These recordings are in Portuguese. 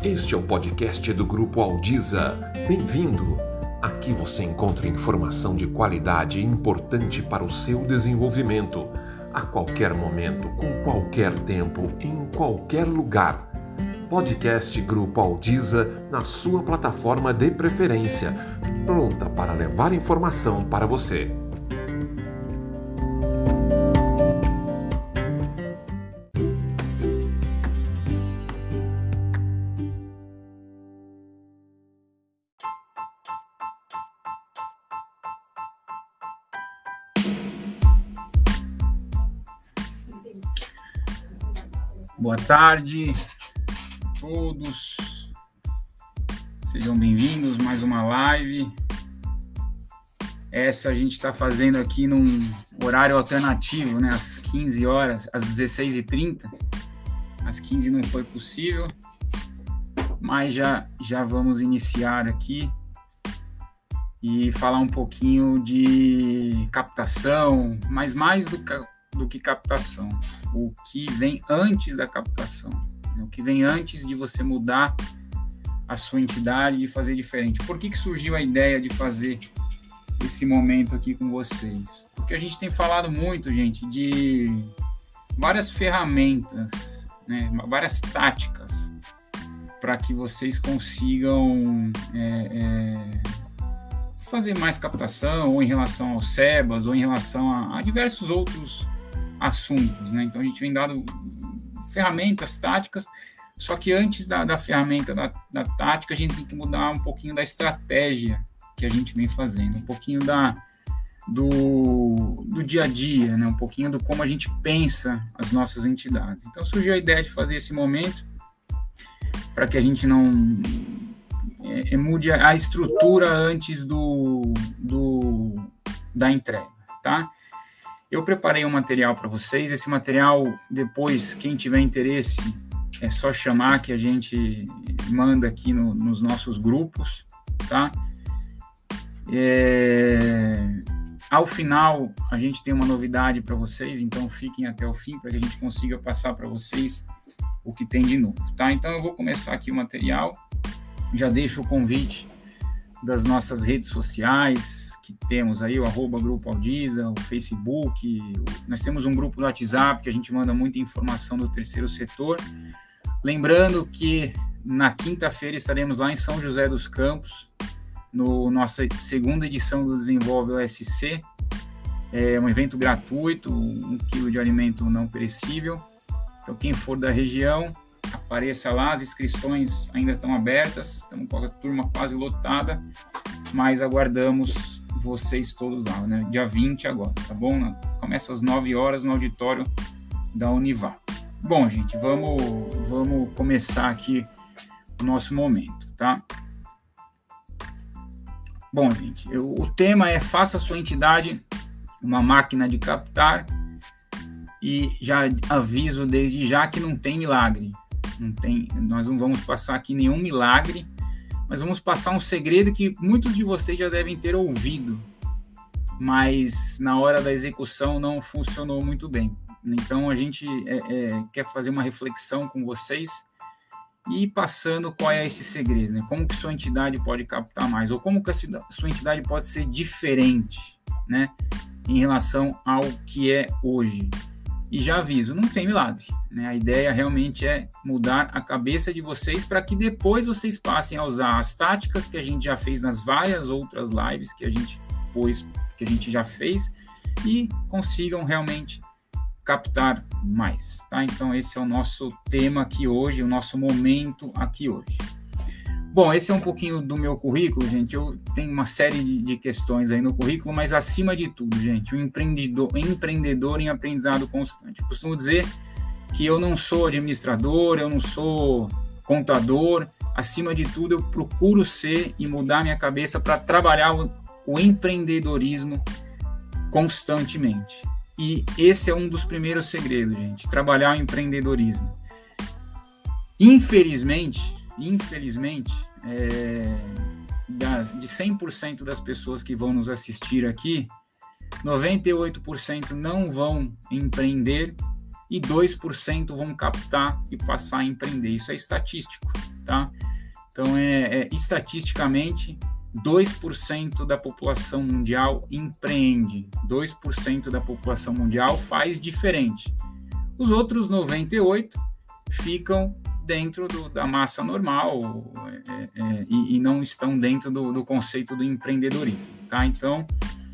Este é o podcast do Grupo Aldiza. Bem-vindo! Aqui você encontra informação de qualidade importante para o seu desenvolvimento, a qualquer momento, com qualquer tempo, em qualquer lugar. Podcast Grupo Aldiza na sua plataforma de preferência, pronta para levar informação para você. Boa tarde a todos, sejam bem-vindos a mais uma live. Essa a gente está fazendo aqui num horário alternativo, né? Às 15 horas, às 16h30. Às 15 não foi possível, mas já vamos iniciar aqui e falar um pouquinho de captação, mas mais do que captação, o que vem antes da captação, o que vem antes de você mudar a sua entidade e fazer diferente. Por que surgiu a ideia de fazer esse momento aqui com vocês? Porque a gente tem falado muito, gente, de várias ferramentas, né, várias táticas para que vocês consigam fazer mais captação, ou em relação aos SEBAs, ou em relação a diversos outros assuntos, né? Então a gente vem dando ferramentas, táticas, só que antes da ferramenta, da tática, a gente tem que mudar um pouquinho da estratégia que a gente vem fazendo, um pouquinho do dia a dia, né? Um pouquinho do como a gente pensa as nossas entidades. Então surgiu a ideia de fazer esse momento para que a gente não mude a estrutura antes da entrega, tá? Eu preparei um material para vocês. Esse material, depois, quem tiver interesse, é só chamar que a gente manda aqui nos nossos grupos, tá? Ao final, a gente tem uma novidade para vocês, então fiquem até o fim para que a gente consiga passar para vocês o que tem de novo, tá? Então eu vou começar aqui o material. Já deixo o convite das nossas redes sociais, que temos aí o @Grupo Aldiza, o Facebook, nós temos um grupo do WhatsApp que a gente manda muita informação do terceiro setor. Lembrando que na quinta-feira estaremos lá em São José dos Campos, no nossa segunda edição do Desenvolve OSC, é um evento gratuito, 1 quilo de alimento não perecível. Então quem for da região, apareça lá, as inscrições ainda estão abertas, estamos com a turma quase lotada, mas aguardamos vocês todos lá, né? Dia 20 agora, tá bom? Começa às 9 horas no auditório da Univap. Bom, gente, vamos começar aqui o nosso momento, tá? Bom, gente, o tema é: faça a sua entidade uma máquina de captar, e já aviso desde já que não tem milagre. Nós não vamos passar aqui nenhum milagre, mas vamos passar um segredo que muitos de vocês já devem ter ouvido, mas na hora da execução não funcionou muito bem. Então a gente quer fazer uma reflexão com vocês e passando qual é esse segredo, né? Como que sua entidade pode captar mais, ou como que a sua entidade pode ser diferente, né, em relação ao que é hoje. E já aviso, não tem milagre, né? A ideia realmente é mudar a cabeça de vocês para que depois vocês passem a usar as táticas que a gente já fez nas várias outras lives que a gente já fez, e consigam realmente captar mais, tá? Então esse é o nosso tema aqui hoje, o nosso momento aqui hoje. Bom, esse é um pouquinho do meu currículo, gente. Eu tenho uma série de questões aí no currículo, mas acima de tudo, gente, o empreendedor em aprendizado constante. Eu costumo dizer que eu não sou administrador, eu não sou contador. Acima de tudo, eu procuro ser e mudar minha cabeça para trabalhar o empreendedorismo constantemente. E esse é um dos primeiros segredos, gente, trabalhar o empreendedorismo. Infelizmente, de 100% das pessoas que vão nos assistir aqui, 98% não vão empreender e 2% vão captar e passar a empreender. Isso é estatístico, tá? Então, estatisticamente, 2% da população mundial empreende, 2% da população mundial faz diferente. Os outros 98% ficam dentro da massa normal e não estão dentro do conceito do empreendedorismo, tá? Então,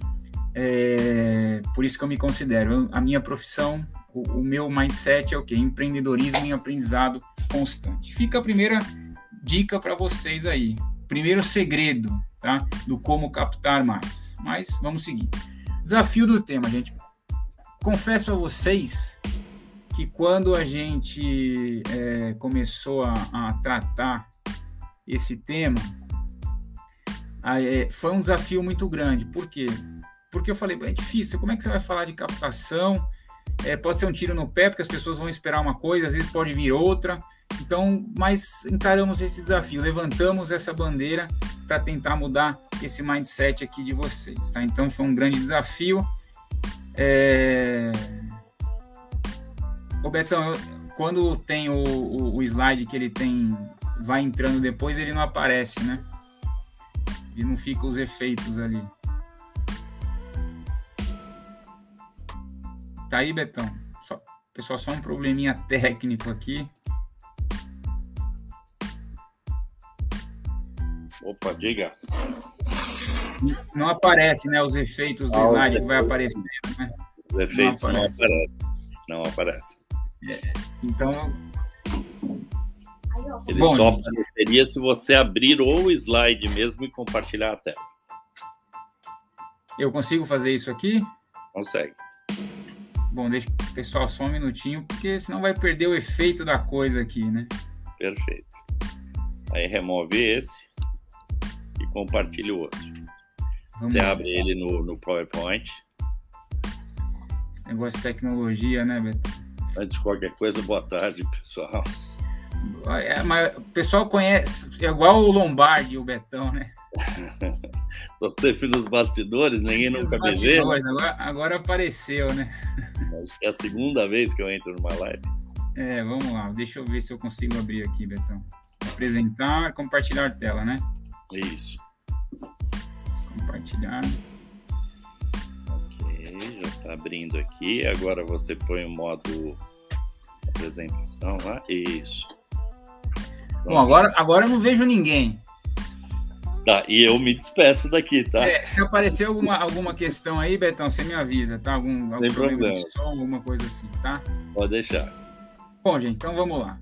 por isso que eu me considero, a minha profissão, o meu mindset é o quê? Empreendedorismo e aprendizado constante. Fica a primeira dica para vocês aí, primeiro segredo, tá? Do como captar mais. Mas vamos seguir. Desafio do tema, gente. Confesso a vocês que quando a gente começou a tratar esse tema, foi um desafio muito grande. Por quê? Porque eu falei, é difícil, como é que você vai falar de captação? Pode ser um tiro no pé, porque as pessoas vão esperar uma coisa, às vezes pode vir outra. Então, mas encaramos esse desafio, levantamos essa bandeira para tentar mudar esse mindset aqui de vocês, tá? Então, foi um grande desafio. Ô Betão, quando tem o slide que ele vai entrando depois, ele não aparece, né? E não fica os efeitos ali. Tá aí, Betão? Pessoal, só um probleminha técnico aqui. Opa, diga. Não aparece, né? Os efeitos do slide que vai aparecendo, né? Os efeitos não aparecem. Então... Ele só apareceria se você abrir o slide mesmo e compartilhar a tela. Eu consigo fazer isso aqui? Consegue. Bom, deixa o pessoal só um minutinho, porque senão vai perder o efeito da coisa aqui, né? Perfeito. Aí remove esse e compartilha o outro. Você abre ele no PowerPoint. Esse negócio de tecnologia, né, Beto? Antes de qualquer coisa, boa tarde, pessoal. Mas o pessoal conhece, é igual o Lombardi e o Betão, né? Estou sempre nos bastidores, ninguém nunca me vê. Agora apareceu, né? Acho que é a segunda vez que eu entro numa live. Vamos lá, deixa eu ver se eu consigo abrir aqui, Betão. Apresentar, compartilhar tela, né? Isso. Compartilhar. Ok, já está abrindo aqui. Agora você põe o modo apresentação lá. Isso. Bom, agora eu não vejo ninguém. Tá, e eu me despeço daqui, tá? Se aparecer alguma questão aí, Betão, você me avisa, tá? Algum problema de som, alguma coisa assim, tá? Pode deixar. Bom, gente, então vamos lá.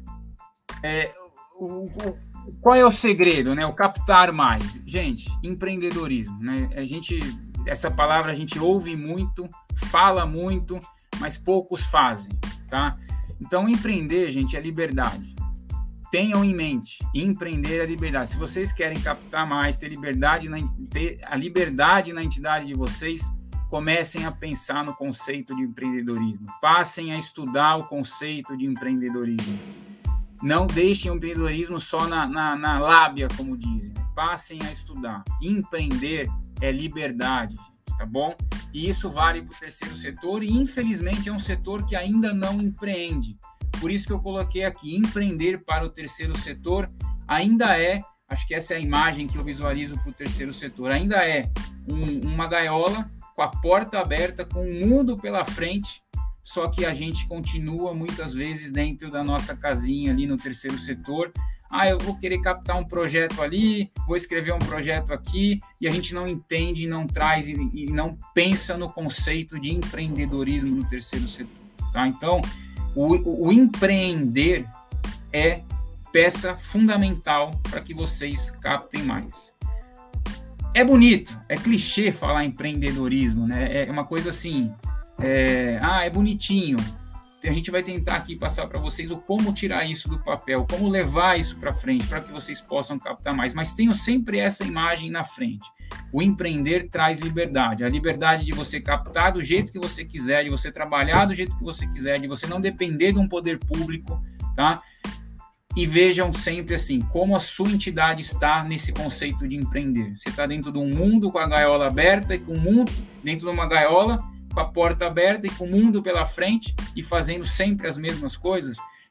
Qual é o segredo, né? O captar mais. Gente, empreendedorismo, né? Essa palavra a gente ouve muito, fala muito, mas poucos fazem, tá? Então, empreender, gente, é liberdade. Tenham em mente, empreender é liberdade. Se vocês querem captar mais, ter a liberdade na entidade de vocês, comecem a pensar no conceito de empreendedorismo. Passem a estudar o conceito de empreendedorismo. Não deixem o empreendedorismo só na lábia, como dizem. Passem a estudar. Empreender é liberdade, gente, tá bom? E isso vale para o terceiro setor e, infelizmente, é um setor que ainda não empreende. Por isso que eu coloquei aqui, empreender para o terceiro setor ainda acho que essa é a imagem que eu visualizo para o terceiro setor, ainda é uma gaiola com a porta aberta, com o mundo pela frente, só que a gente continua muitas vezes dentro da nossa casinha ali no terceiro setor. Eu vou querer captar um projeto ali, vou escrever um projeto aqui, e a gente não entende, não traz e não pensa no conceito de empreendedorismo no terceiro setor, tá? Então, o empreender é peça fundamental para que vocês captem mais. É bonito, é clichê falar empreendedorismo, né? É uma coisa assim, é bonitinho. A gente vai tentar aqui passar para vocês o como tirar isso do papel, como levar isso para frente, para que vocês possam captar mais. Mas tenham sempre essa imagem na frente. O empreender traz liberdade. A liberdade de você captar do jeito que você quiser, de você trabalhar do jeito que você quiser, de você não depender de um poder público, tá? E vejam sempre assim, como a sua entidade está nesse conceito de empreender. Você está dentro de um mundo com a gaiola aberta e com o mundo dentro de uma gaiola com a porta aberta e com o mundo pela frente e fazendo sempre as mesmas coisas.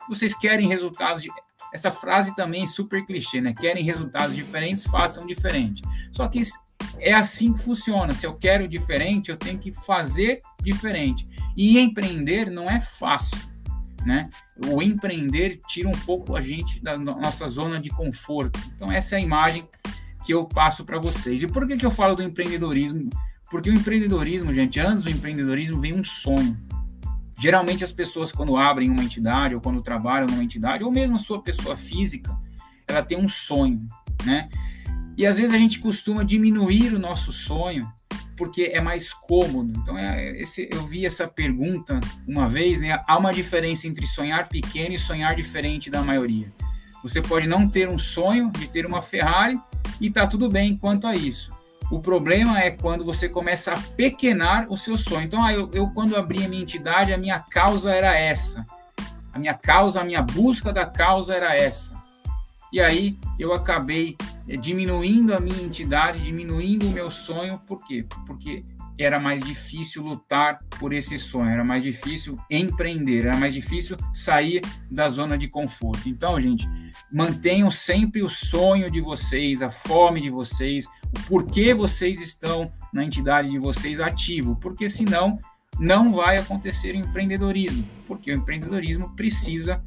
Vocês querem resultados... Essa frase também é super clichê, né? Querem resultados diferentes, façam diferente. Só que é assim que funciona. Se eu quero diferente, eu tenho que fazer diferente. E empreender não é fácil, né? O empreender tira um pouco a gente da nossa zona de conforto. Então, essa é a imagem que eu passo para vocês. E por que eu falo do empreendedorismo? Porque o empreendedorismo, gente, antes do empreendedorismo vem um sonho. Geralmente as pessoas, quando abrem uma entidade, ou quando trabalham numa entidade, ou mesmo a sua pessoa física, ela tem um sonho, né? E às vezes a gente costuma diminuir o nosso sonho, porque é mais cômodo. Então, eu vi essa pergunta uma vez, né? Há uma diferença entre sonhar pequeno e sonhar diferente da maioria. Você pode não ter um sonho de ter uma Ferrari e tá tudo bem quanto a isso. O problema é quando você começa a pequenar o seu sonho. Então, eu quando abri a minha entidade, a minha causa era essa. A minha busca da causa era essa. E aí, eu acabei diminuindo a minha entidade, diminuindo o meu sonho. Por quê? Porque era mais difícil lutar por esse sonho, era mais difícil empreender, era mais difícil sair da zona de conforto. Então, gente, mantenham sempre o sonho de vocês, a fome de vocês, o porquê vocês estão na entidade de vocês ativo, porque senão não vai acontecer o empreendedorismo, porque o empreendedorismo precisa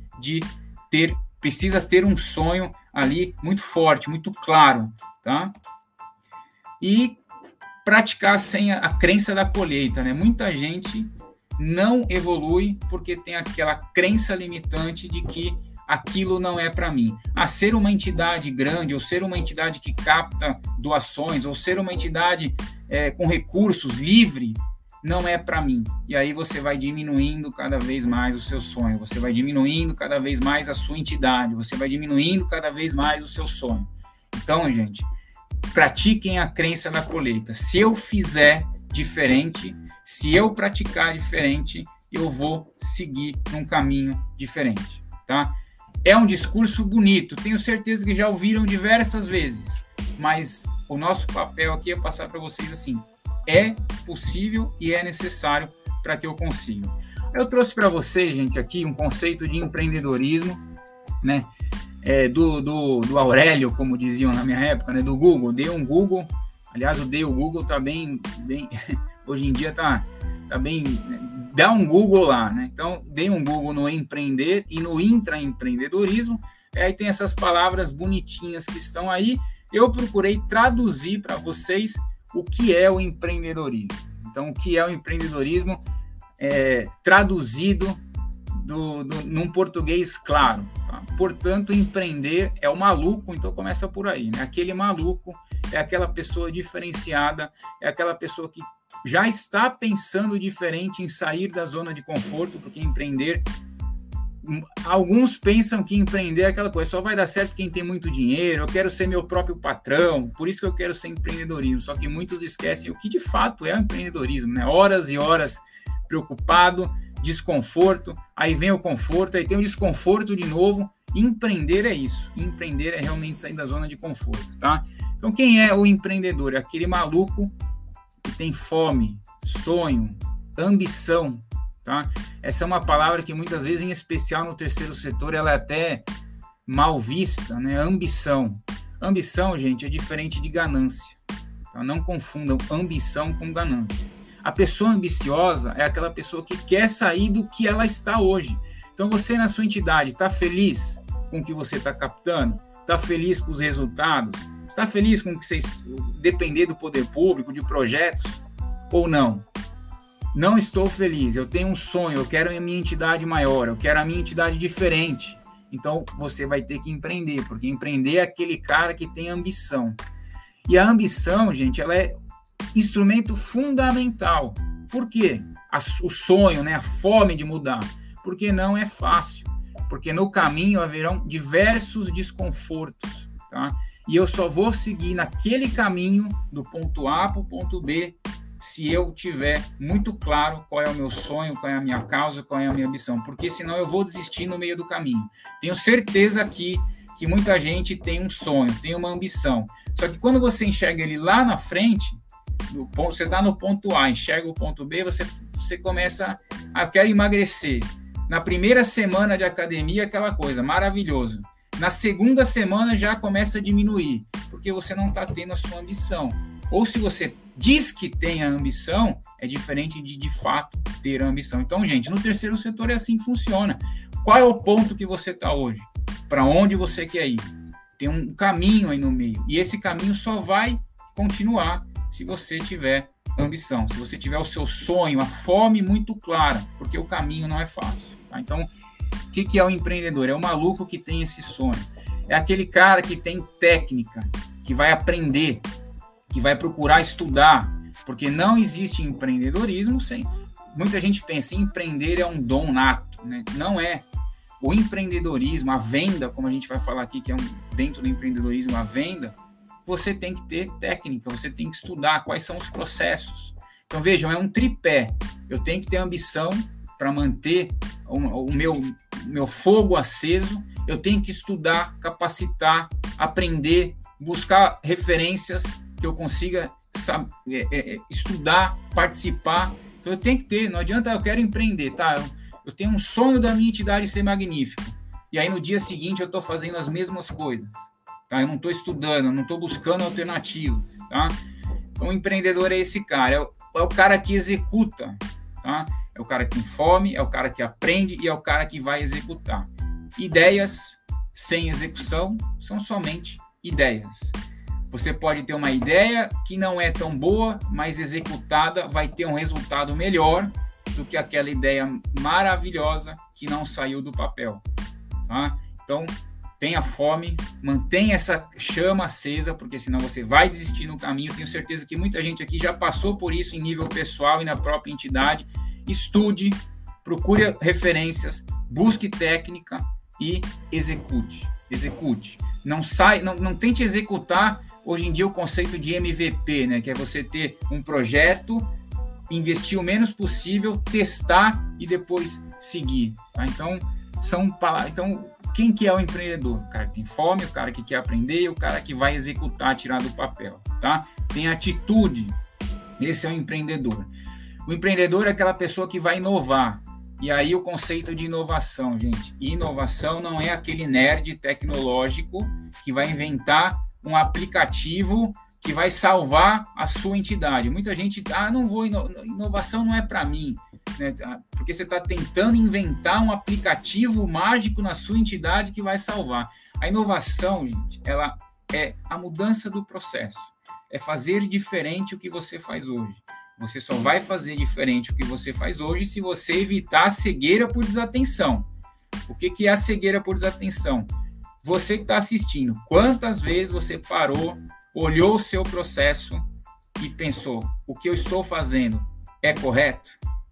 ter um sonho ali muito forte, muito claro, tá? E praticar sem a crença da colheita, né? Muita gente não evolui porque tem aquela crença limitante de que aquilo não é para mim. A ser uma entidade grande, ou ser uma entidade que capta doações, ou ser uma entidade com recursos livre, não é para mim. E aí você vai diminuindo cada vez mais o seu sonho, você vai diminuindo cada vez mais a sua entidade, você vai diminuindo cada vez mais o seu sonho. Então, gente, pratiquem a crença da colheita. Se eu fizer diferente, se eu praticar diferente, eu vou seguir num caminho diferente, tá? É um discurso bonito, tenho certeza que já ouviram diversas vezes, mas o nosso papel aqui é passar para vocês assim, é possível e é necessário para que eu consiga. Eu trouxe para vocês, gente, aqui um conceito de empreendedorismo, né? Do Aurélio, como diziam na minha época, né? Do Google. Dei um Google, aliás, o Google tá bem hoje em dia tá bem, dá um Google lá, né? Então, dei um Google no empreender e no intraempreendedorismo, aí tem essas palavras bonitinhas que estão aí. Eu procurei traduzir para vocês o que é o empreendedorismo. Então, o que é o empreendedorismo traduzido num português claro, tá? Portanto, empreender é o maluco, então começa por aí, né? Aquele maluco é aquela pessoa diferenciada, é aquela pessoa que já está pensando diferente em sair da zona de conforto, porque empreender, alguns pensam que empreender é aquela coisa, só vai dar certo quem tem muito dinheiro, eu quero ser meu próprio patrão, por isso que eu quero ser empreendedorismo, só que muitos esquecem o que de fato é o empreendedorismo, né? Horas e horas preocupado, desconforto, aí vem o conforto, aí tem o desconforto de novo. Empreender é isso, empreender é realmente sair da zona de conforto, tá? Então, quem é o empreendedor? É aquele maluco que tem fome, sonho, ambição, tá? Essa é uma palavra que muitas vezes, em especial no terceiro setor, ela é até mal vista, né? Ambição. Ambição, gente, é diferente de ganância, tá? Não confundam ambição com ganância. A pessoa ambiciosa é aquela pessoa que quer sair do que ela está hoje. Então, você na sua entidade está feliz com o que você está captando? Está feliz com os resultados? Está feliz com o que vocês depender do poder público, de projetos? Ou não? Não estou feliz, eu tenho um sonho, eu quero a minha entidade maior, eu quero a minha entidade diferente. Então, você vai ter que empreender, porque empreender é aquele cara que tem ambição. E a ambição, gente, ela é instrumento fundamental. Por quê? O sonho, né? A fome de mudar. Porque não é fácil. Porque no caminho haverão diversos desconfortos, tá? E eu só vou seguir naquele caminho do ponto A para o ponto B se eu tiver muito claro qual é o meu sonho, qual é a minha causa, qual é a minha ambição. Porque senão eu vou desistir no meio do caminho. Tenho certeza aqui que muita gente tem um sonho, tem uma ambição. Só que quando você enxerga ele lá na frente, você está no ponto A, enxerga o ponto B, você começa eu quero emagrecer. Na primeira semana de academia, aquela coisa, maravilhoso. Na segunda semana já começa a diminuir, porque você não está tendo a sua ambição. Ou se você diz que tem a ambição, é diferente de fato ter a ambição. Então, gente, no terceiro setor é assim que funciona. Qual é o ponto que você está hoje? Para onde você quer ir? Tem um caminho aí no meio. E esse caminho só vai continuar se você tiver ambição, se você tiver o seu sonho, a fome muito clara, porque o caminho não é fácil. Tá? Então, o que é o empreendedor? É o maluco que tem esse sonho. É aquele cara que tem técnica, que vai aprender, que vai procurar estudar, porque não existe empreendedorismo sem... Muita gente pensa em empreender é um dom nato, né? Não é. O empreendedorismo, a venda, como a gente vai falar aqui, que é dentro do empreendedorismo, a venda, você tem que ter técnica, você tem que estudar quais são os processos. Então, vejam, é um tripé. Eu tenho que ter ambição para manter o meu fogo aceso, eu tenho que estudar, capacitar, aprender, buscar referências que eu consiga estudar, participar. Então, eu tenho que ter, não adianta, eu quero empreender, tá? Eu tenho um sonho da minha entidade ser magnífico. E aí, no dia seguinte, eu estou fazendo as mesmas coisas. Tá? Eu não estou estudando, eu não estou buscando alternativas. Tá? Então, o empreendedor é esse cara. É o cara que executa. Tá? É o cara que tem fome, é o cara que aprende e é o cara que vai executar. Ideias sem execução são somente ideias. Você pode ter uma ideia que não é tão boa, mas executada vai ter um resultado melhor do que aquela ideia maravilhosa que não saiu do papel. Tá? Então, tenha fome, mantenha essa chama acesa, porque senão você vai desistir no caminho. Tenho certeza que muita gente aqui já passou por isso em nível pessoal e na própria entidade. Estude, procure referências, busque técnica e execute. Execute. Não tente executar hoje em dia o conceito de MVP, né, que é você ter um projeto, investir o menos possível, testar e depois seguir. Tá? Então, quem que é o empreendedor? O cara que tem fome, o cara que quer aprender, o cara que vai executar, tirar do papel. Tá? Tem atitude. Esse é o empreendedor. O empreendedor é aquela pessoa que vai inovar. E aí o conceito de inovação, gente. Inovação não é aquele nerd tecnológico que vai inventar um aplicativo que vai salvar a sua entidade. Muita gente, não vou, inovação não é para mim, né? Porque você está tentando inventar um aplicativo mágico na sua entidade que vai salvar. A inovação, gente, ela é a mudança do processo, é fazer diferente o que você faz hoje. Você só vai fazer diferente o que você faz hoje se você evitar a cegueira por desatenção. O que é a cegueira por desatenção? Você que está assistindo, quantas vezes você parou, olhou o seu processo e pensou, o que eu estou fazendo é correto?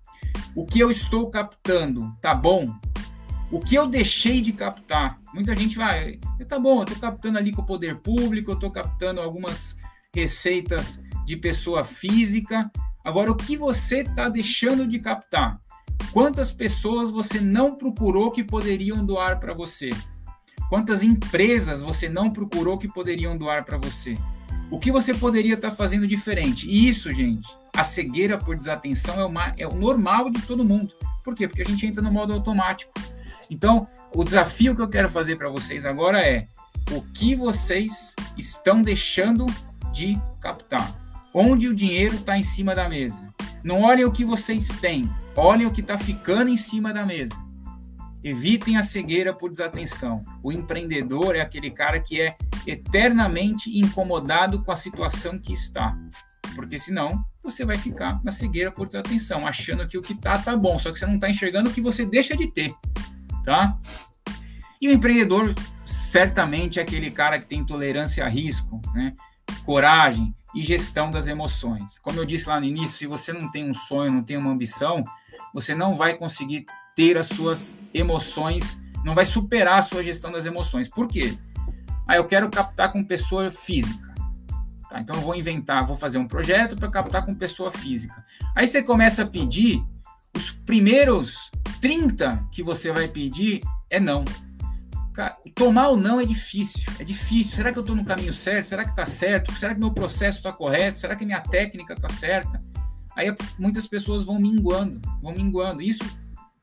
O que eu estou captando tá bom? O que eu deixei de captar? Muita gente vai, tá bom, eu estou captando ali com o poder público, eu estou captando algumas receitas de pessoa física. Agora, o que você está deixando de captar? Quantas pessoas você não procurou que poderiam doar para você? Quantas empresas você não procurou que poderiam doar para você? O que você poderia estar fazendo diferente? E isso, gente, a cegueira por desatenção é o normal de todo mundo. Por quê? Porque a gente entra no modo automático. Então, o desafio que eu quero fazer para vocês agora é o que vocês estão deixando de captar. Onde o dinheiro está em cima da mesa. Não olhem o que vocês têm, olhem o que está ficando em cima da mesa. Evitem a cegueira por desatenção. O empreendedor é aquele cara que é eternamente incomodado com a situação que está. Porque senão você vai ficar na cegueira por desatenção, achando que o que tá bom, só que você não está enxergando o que você deixa de ter. Tá? E o empreendedor certamente é aquele cara que tem tolerância a risco, né? Coragem e gestão das emoções. Como eu disse lá no início, se você não tem um sonho, não tem uma ambição, você não vai conseguir ter as suas emoções, não vai superar a sua gestão das emoções. Por quê? Eu quero captar com pessoa física. Tá? Então eu vou fazer um projeto para captar com pessoa física. Aí você começa a pedir, os primeiros 30 que você vai pedir é não. Tomar o não é difícil. Será que eu estou no caminho certo? Será que está certo? Será que meu processo está correto? Será que minha técnica está certa? Aí muitas pessoas vão minguando. Isso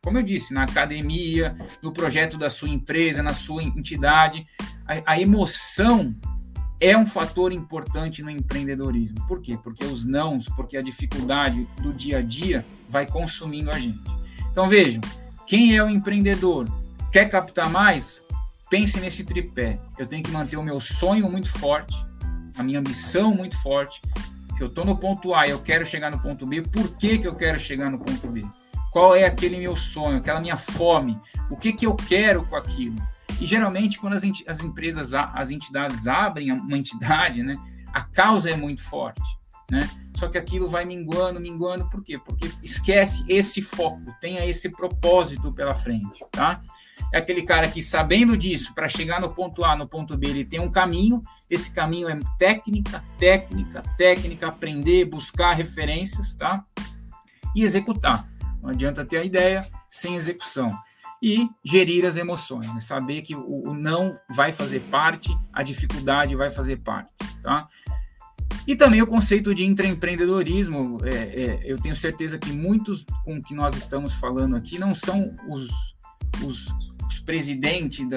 como eu disse, na academia, no projeto da sua empresa, na sua entidade. A emoção é um fator importante no empreendedorismo. Por quê? Porque os nãos, porque a dificuldade do dia a dia vai consumindo a gente. Então, vejam, quem é o empreendedor? Quer captar mais? Pense nesse tripé. Eu tenho que manter o meu sonho muito forte, a minha ambição muito forte. Se eu estou no ponto A e eu quero chegar no ponto B, por que eu quero chegar no ponto B? Qual é aquele meu sonho, aquela minha fome? O que eu quero com aquilo? E geralmente, quando as empresas, as entidades abrem uma entidade, né, a causa é muito forte, né? Só que aquilo vai minguando, por quê? Porque esquece esse foco, tenha esse propósito pela frente, tá? É aquele cara que, sabendo disso, para chegar no ponto A, no ponto B, ele tem um caminho, esse caminho é técnica, aprender, buscar referências, tá? E executar. Não adianta ter a ideia sem execução. E gerir as emoções, né? Saber que o não vai fazer parte, a dificuldade vai fazer parte, tá? E também o conceito de intraempreendedorismo, eu tenho certeza que muitos com que nós estamos falando aqui não são os presidentes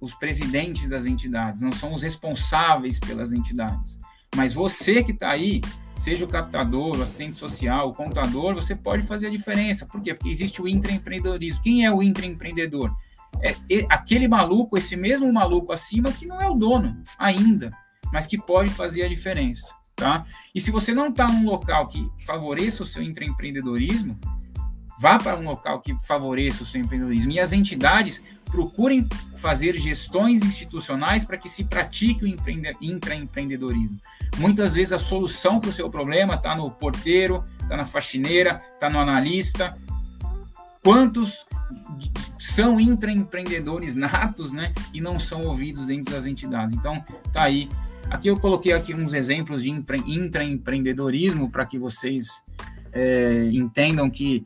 das entidades, não são os responsáveis pelas entidades, mas você que está aí, seja o captador, o assistente social, o contador, você pode fazer a diferença. Por quê? Porque existe o intraempreendedorismo. Quem é o intraempreendedor? É aquele maluco, esse mesmo maluco acima que não é o dono ainda, mas que pode fazer a diferença, tá? E se você não está num local que favoreça o seu intraempreendedorismo, vá para um local que favoreça o seu empreendedorismo. E as entidades procurem fazer gestões institucionais para que se pratique o intraempreendedorismo. Muitas vezes a solução para o seu problema está no porteiro, está na faxineira, está no analista. Quantos são intraempreendedores natos, né, e não são ouvidos dentro das entidades? Então, tá aí. Aqui eu coloquei aqui uns exemplos de intraempreendedorismo para que vocês entendam que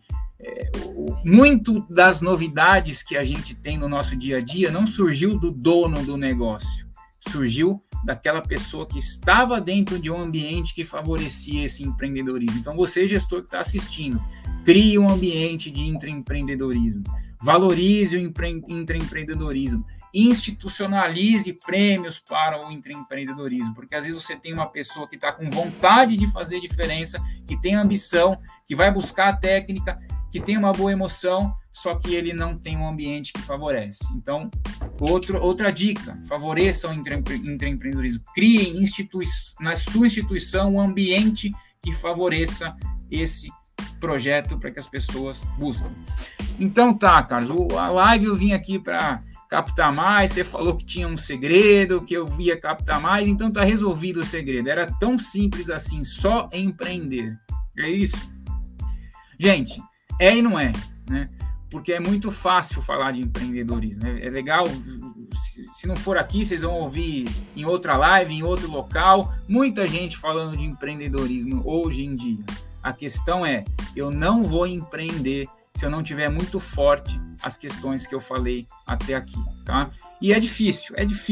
muito das novidades que a gente tem no nosso dia a dia não surgiu do dono do negócio, surgiu daquela pessoa que estava dentro de um ambiente que favorecia esse empreendedorismo. Então, você, gestor que está assistindo, crie um ambiente de intraempreendedorismo, valorize o intraempreendedorismo, institucionalize prêmios para o intraempreendedorismo, porque às vezes você tem uma pessoa que está com vontade de fazer diferença, que tem ambição, que vai buscar a técnica, que tem uma boa emoção, só que ele não tem um ambiente que favorece. Então, outra dica, favoreçam o intraempreendedorismo, criem na sua instituição um ambiente que favoreça esse projeto para que as pessoas busquem. Então tá, Carlos, a live eu vim aqui para captar mais, você falou que tinha um segredo, que eu ia captar mais, então tá resolvido o segredo, era tão simples assim, só empreender, é isso? Gente, e não é, né? Porque é muito fácil falar de empreendedorismo, né? É legal, se não for aqui, vocês vão ouvir em outra live, em outro local, muita gente falando de empreendedorismo hoje em dia. A questão é, eu não vou empreender se eu não tiver muito forte as questões que eu falei até aqui, tá? E é difícil.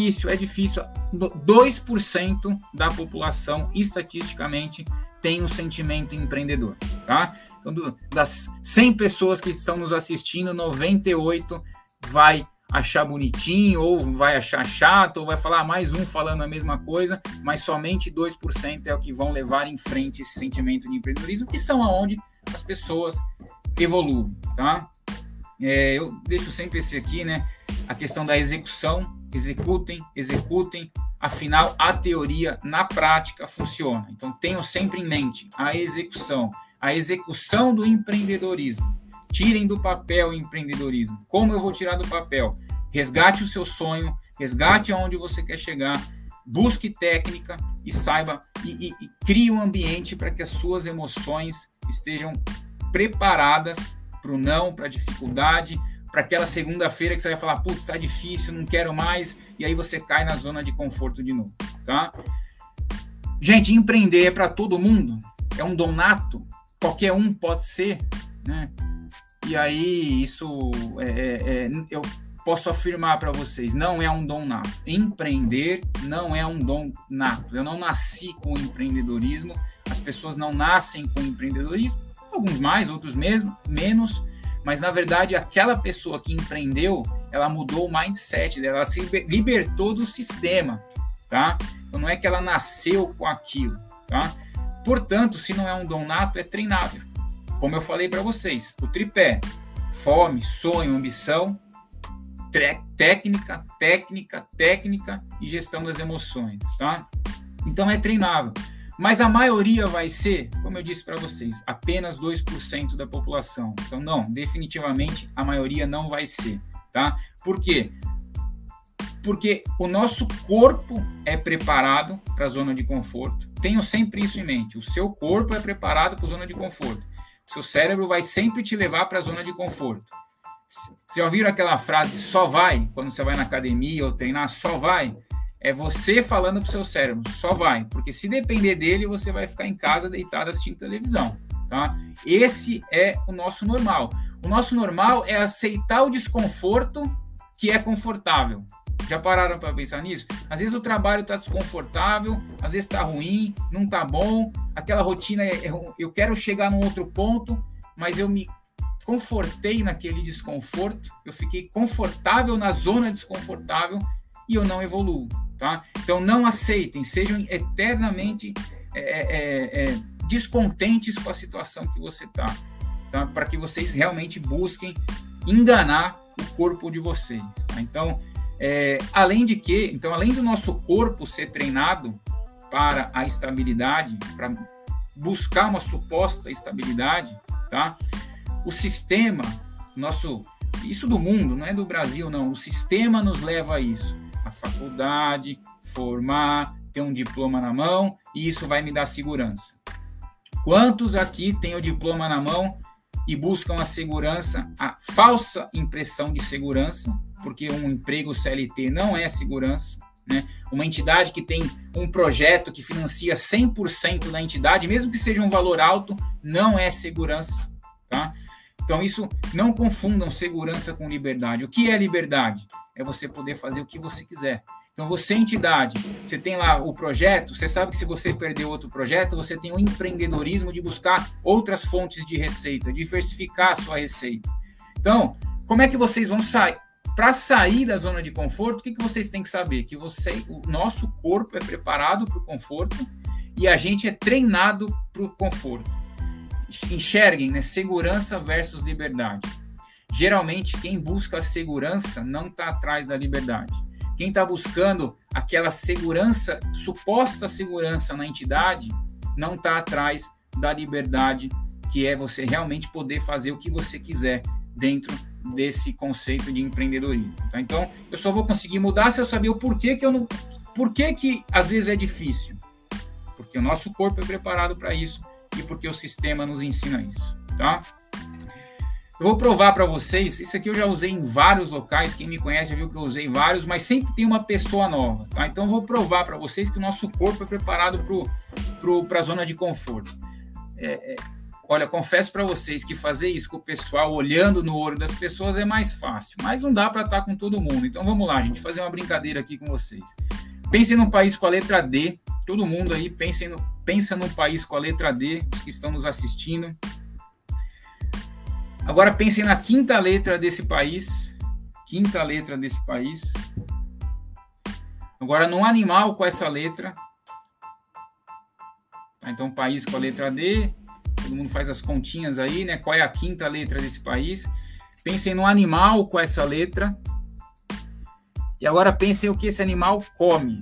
2% da população, estatisticamente, tem um sentimento empreendedor, tá? Então, das 100 pessoas que estão nos assistindo, 98 vai achar bonitinho, ou vai achar chato, ou vai falar mais um falando a mesma coisa, mas somente 2% é o que vão levar em frente esse sentimento de empreendedorismo, que são aonde as pessoas evoluem, tá? Eu deixo sempre esse aqui, né? A questão da execução, executem, afinal a teoria na prática funciona. Então tenham sempre em mente a execução do empreendedorismo. Tirem do papel o empreendedorismo. Como eu vou tirar do papel? Resgate o seu sonho, resgate aonde você quer chegar, busque técnica e saiba e crie um ambiente para que as suas emoções estejam preparadas para o não, para a dificuldade, para aquela segunda-feira que você vai falar, putz, está difícil, não quero mais, e aí você cai na zona de conforto de novo, tá? Gente, empreender é para todo mundo, é um dom nato, qualquer um pode ser, né? E aí, isso eu posso afirmar para vocês, não é um dom nato. Empreender não é um dom nato. Eu não nasci com o empreendedorismo, as pessoas não nascem com o empreendedorismo, alguns mais, outros menos, mas na verdade aquela pessoa que empreendeu, ela mudou o mindset dela, ela se libertou do sistema, tá? Então não é que ela nasceu com aquilo, tá? Portanto, se não é um dom nato, é treinável. Como eu falei para vocês, o tripé: fome, sonho, ambição, técnica e gestão das emoções, tá? Então é treinável. Mas a maioria vai ser, como eu disse para vocês, apenas 2% da população. Então não, definitivamente a maioria não vai ser, tá? Por quê? Porque o nosso corpo é preparado para a zona de conforto. Tenham sempre isso em mente. O seu corpo é preparado para a zona de conforto. O seu cérebro vai sempre te levar para a zona de conforto. Vocês já ouviram aquela frase, só vai? Quando você vai na academia ou treinar, só vai? É você falando para o seu cérebro, só vai. Porque se depender dele, você vai ficar em casa deitado assistindo televisão, tá? Esse é o nosso normal. O nosso normal é aceitar o desconforto que é confortável. Já pararam para pensar nisso? Às vezes o trabalho está desconfortável, às vezes está ruim, não está bom, aquela rotina, eu quero chegar num outro ponto, mas eu me confortei naquele desconforto, eu fiquei confortável na zona desconfortável e eu não evoluo, tá? Então não aceitem, sejam eternamente descontentes com a situação que você está, tá? Para que vocês realmente busquem enganar o corpo de vocês, tá? Então, além do nosso corpo ser treinado para a estabilidade, para buscar uma suposta estabilidade, tá? O sistema, isso do mundo, não é do Brasil, não. O sistema nos leva a isso. A faculdade, formar, ter um diploma na mão, e isso vai me dar segurança. Quantos aqui têm o diploma na mão e buscam a segurança, a falsa impressão de segurança, porque um emprego CLT não é segurança, né? Uma entidade que tem um projeto que financia 100% da entidade, mesmo que seja um valor alto, não é segurança, tá? Então, isso, não confundam segurança com liberdade. O que é liberdade? É você poder fazer o que você quiser. Então, você, entidade, você tem lá o projeto, você sabe que se você perder outro projeto, você tem o empreendedorismo de buscar outras fontes de receita, diversificar a sua receita. Então, como é que vocês vão sair? Para sair da zona de conforto, o que vocês têm que saber? Que o nosso corpo é preparado para o conforto e a gente é treinado para o conforto. Enxerguem, né? Segurança versus liberdade. Geralmente, quem busca a segurança não está atrás da liberdade. Quem está buscando aquela segurança, suposta segurança na entidade, não está atrás da liberdade, que é você realmente poder fazer o que você quiser dentro desse conceito de empreendedorismo. Tá? Então, eu só vou conseguir mudar se eu saber o porquê que eu não... Por que às vezes é difícil? Porque o nosso corpo é preparado para isso e porque o sistema nos ensina isso, tá? Eu vou provar para vocês, isso aqui eu já usei em vários locais, quem me conhece já viu que eu usei vários, mas sempre tem uma pessoa nova, tá? Então eu vou provar para vocês que o nosso corpo é preparado para a zona de conforto. Olha, confesso para vocês que fazer isso com o pessoal, olhando no olho das pessoas, é mais fácil, mas não dá para estar com todo mundo. Então vamos lá, gente, fazer uma brincadeira aqui com vocês. Pensem num país com a letra D, todo mundo aí pensa num país com a letra D, que estão nos assistindo. Agora pensem na quinta letra desse país. Agora num animal com essa letra. Tá, então, país com a letra D. Todo mundo faz as continhas aí, né? Qual é a quinta letra desse país? Pensem num animal com essa letra. E agora pensem o que esse animal come.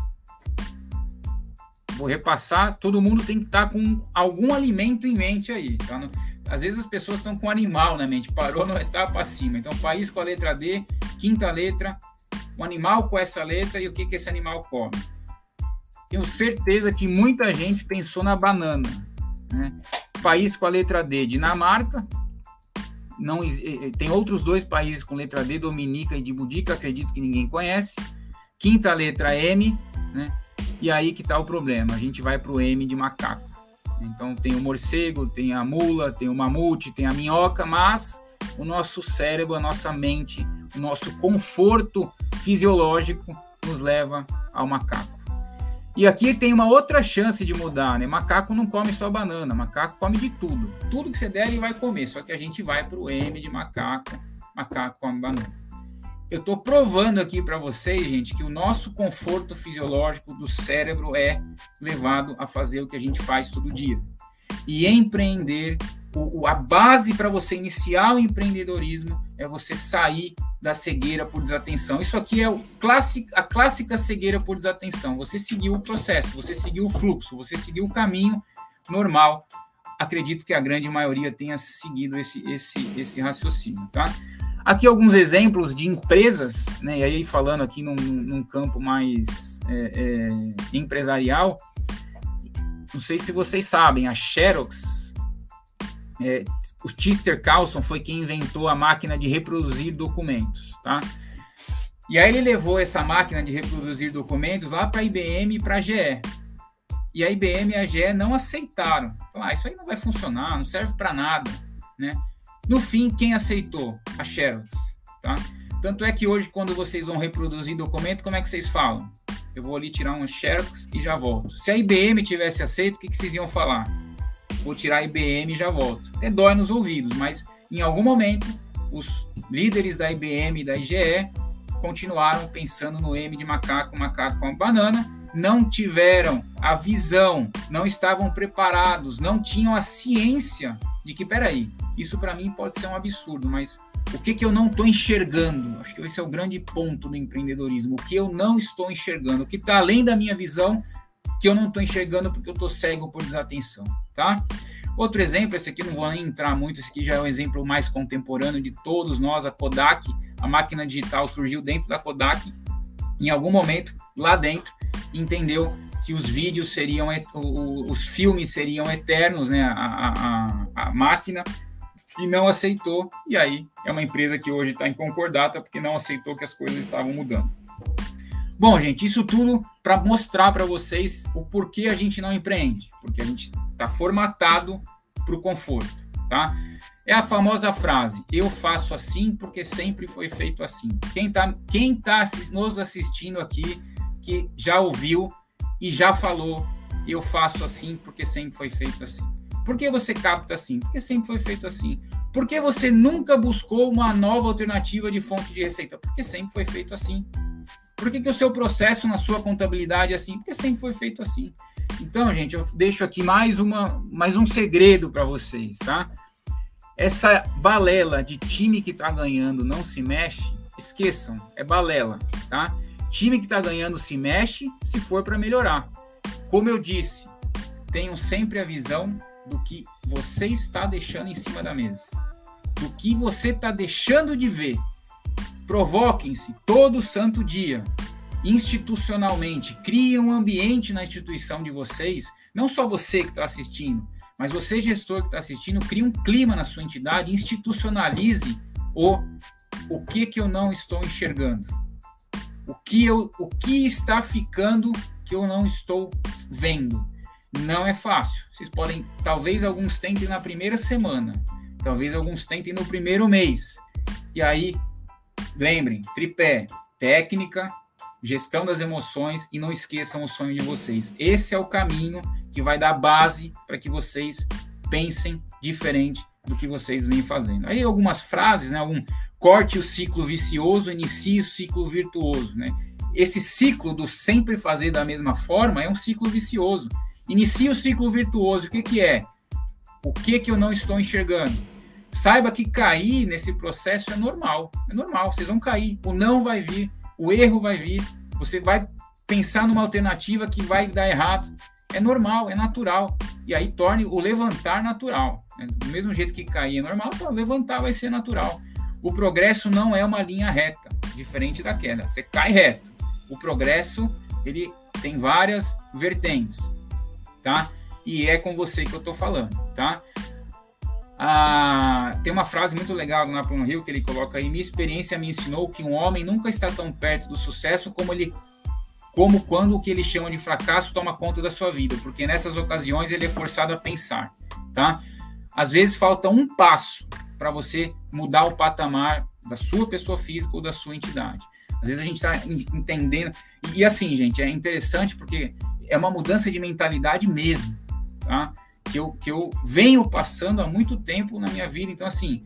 Vou repassar. Todo mundo tem que estar com algum alimento em mente aí, tá? Às vezes as pessoas estão com animal na mente, parou na etapa acima. Então, país com a letra D, quinta letra, um animal com essa letra e o que esse animal come. Tenho certeza que muita gente pensou na banana, né? País com a letra D, Dinamarca. Não, tem outros dois países com letra D, Dominica e Djibutica, acredito que ninguém conhece. Quinta letra M, né? E aí que está o problema, a gente vai para o M de macaco. Então tem o morcego, tem a mula, tem o mamute, tem a minhoca, mas o nosso cérebro, a nossa mente, o nosso conforto fisiológico nos leva ao macaco. E aqui tem uma outra chance de mudar, né? Macaco não come só banana, macaco come de tudo. Tudo que você der, ele vai comer, só que a gente vai para o M de macaco, macaco come banana. Eu estou provando aqui para vocês, gente, que o nosso conforto fisiológico do cérebro é levado a fazer o que a gente faz todo dia. E empreender, a base para você iniciar o empreendedorismo é você sair da cegueira por desatenção. Isso aqui é a clássica cegueira por desatenção. Você seguiu o processo, você seguiu o fluxo, você seguiu o caminho normal. Acredito que a grande maioria tenha seguido esse raciocínio, tá? Aqui alguns exemplos de empresas, né? E aí falando aqui num campo mais empresarial, não sei se vocês sabem, a Xerox, o Chester Carlson foi quem inventou a máquina de reproduzir documentos, tá? E aí ele levou essa máquina de reproduzir documentos lá para a IBM e para a GE. E a IBM e a GE não aceitaram. Falaram, isso aí não vai funcionar, não serve para nada, né? No fim, quem aceitou? A Xerox, tá? Tanto é que hoje, quando vocês vão reproduzir documento, como é que vocês falam? Eu vou ali tirar um Xerox e já volto. Se a IBM tivesse aceito, o que vocês iam falar? Vou tirar a IBM e já volto. Até dói nos ouvidos, mas em algum momento, os líderes da IBM e da IGE continuaram pensando no M de macaco, macaco com banana, não tiveram a visão, não estavam preparados, não tinham a ciência de que, peraí, isso para mim pode ser um absurdo, mas o que eu não estou enxergando? Acho que esse é o grande ponto do empreendedorismo. O que eu não estou enxergando? O que está além da minha visão que eu não estou enxergando porque eu estou cego por desatenção, tá? Outro exemplo, esse aqui não vou nem entrar muito, esse aqui já é o exemplo mais contemporâneo de todos nós, a Kodak, a máquina digital surgiu dentro da Kodak, em algum momento, lá dentro, entendeu que os vídeos seriam, os filmes seriam eternos, né, a máquina, e não aceitou, e aí é uma empresa que hoje está em concordata, porque não aceitou que as coisas estavam mudando. Bom, gente, isso tudo para mostrar para vocês o porquê a gente não empreende, porque a gente está formatado para o conforto, tá? É a famosa frase, eu faço assim porque sempre foi feito assim. Quem tá nos assistindo aqui, que já ouviu e já falou, eu faço assim porque sempre foi feito assim. Por que você capta assim? Porque sempre foi feito assim. Por que você nunca buscou uma nova alternativa de fonte de receita? Porque sempre foi feito assim. Por que o seu processo na sua contabilidade é assim? Porque sempre foi feito assim. Então, gente, eu deixo aqui mais um segredo para vocês, tá? Essa balela de time que está ganhando não se mexe, esqueçam, é balela, tá? Time que está ganhando se mexe se for para melhorar. Como eu disse, tenham sempre a visão do que você está deixando em cima da mesa, do que você está deixando de ver. Provoquem-se todo santo dia, institucionalmente, criem um ambiente na instituição de vocês, não só você que está assistindo, mas você, gestor que está assistindo, crie um clima na sua entidade, institucionalize o que eu não estou enxergando, o que está ficando que eu não estou vendo. Não é fácil. Vocês podem, talvez alguns tentem na primeira semana, talvez alguns tentem no primeiro mês, e aí lembrem, tripé, técnica, gestão das emoções e não esqueçam o sonho de vocês. Esse é o caminho que vai dar base para que vocês pensem diferente do que vocês vêm fazendo. Aí algumas frases, né? Corte o ciclo vicioso, inicie o ciclo virtuoso, né? Esse ciclo do sempre fazer da mesma forma é um ciclo vicioso. Inicie o ciclo virtuoso. O que é? O que eu não estou enxergando? Saiba que cair nesse processo é normal, vocês vão cair, o não vai vir, o erro vai vir, você vai pensar numa alternativa que vai dar errado, é normal, é natural, e aí torne o levantar natural, né? Do mesmo jeito que cair é normal, então levantar vai ser natural. O progresso não é uma linha reta, diferente da queda, você cai reto, o progresso ele tem várias vertentes, tá? E é com você que eu estou falando, tá? Tem uma frase muito legal do Napoleon Hill que ele coloca aí: minha experiência me ensinou que um homem nunca está tão perto do sucesso como quando o que ele chama de fracasso toma conta da sua vida, porque nessas ocasiões ele é forçado a pensar, tá? Às vezes falta um passo para você mudar o patamar da sua pessoa física ou da sua entidade. Às vezes a gente está entendendo, e assim, gente, é interessante porque é uma mudança de mentalidade mesmo, tá? Que eu venho passando há muito tempo na minha vida. Então, assim,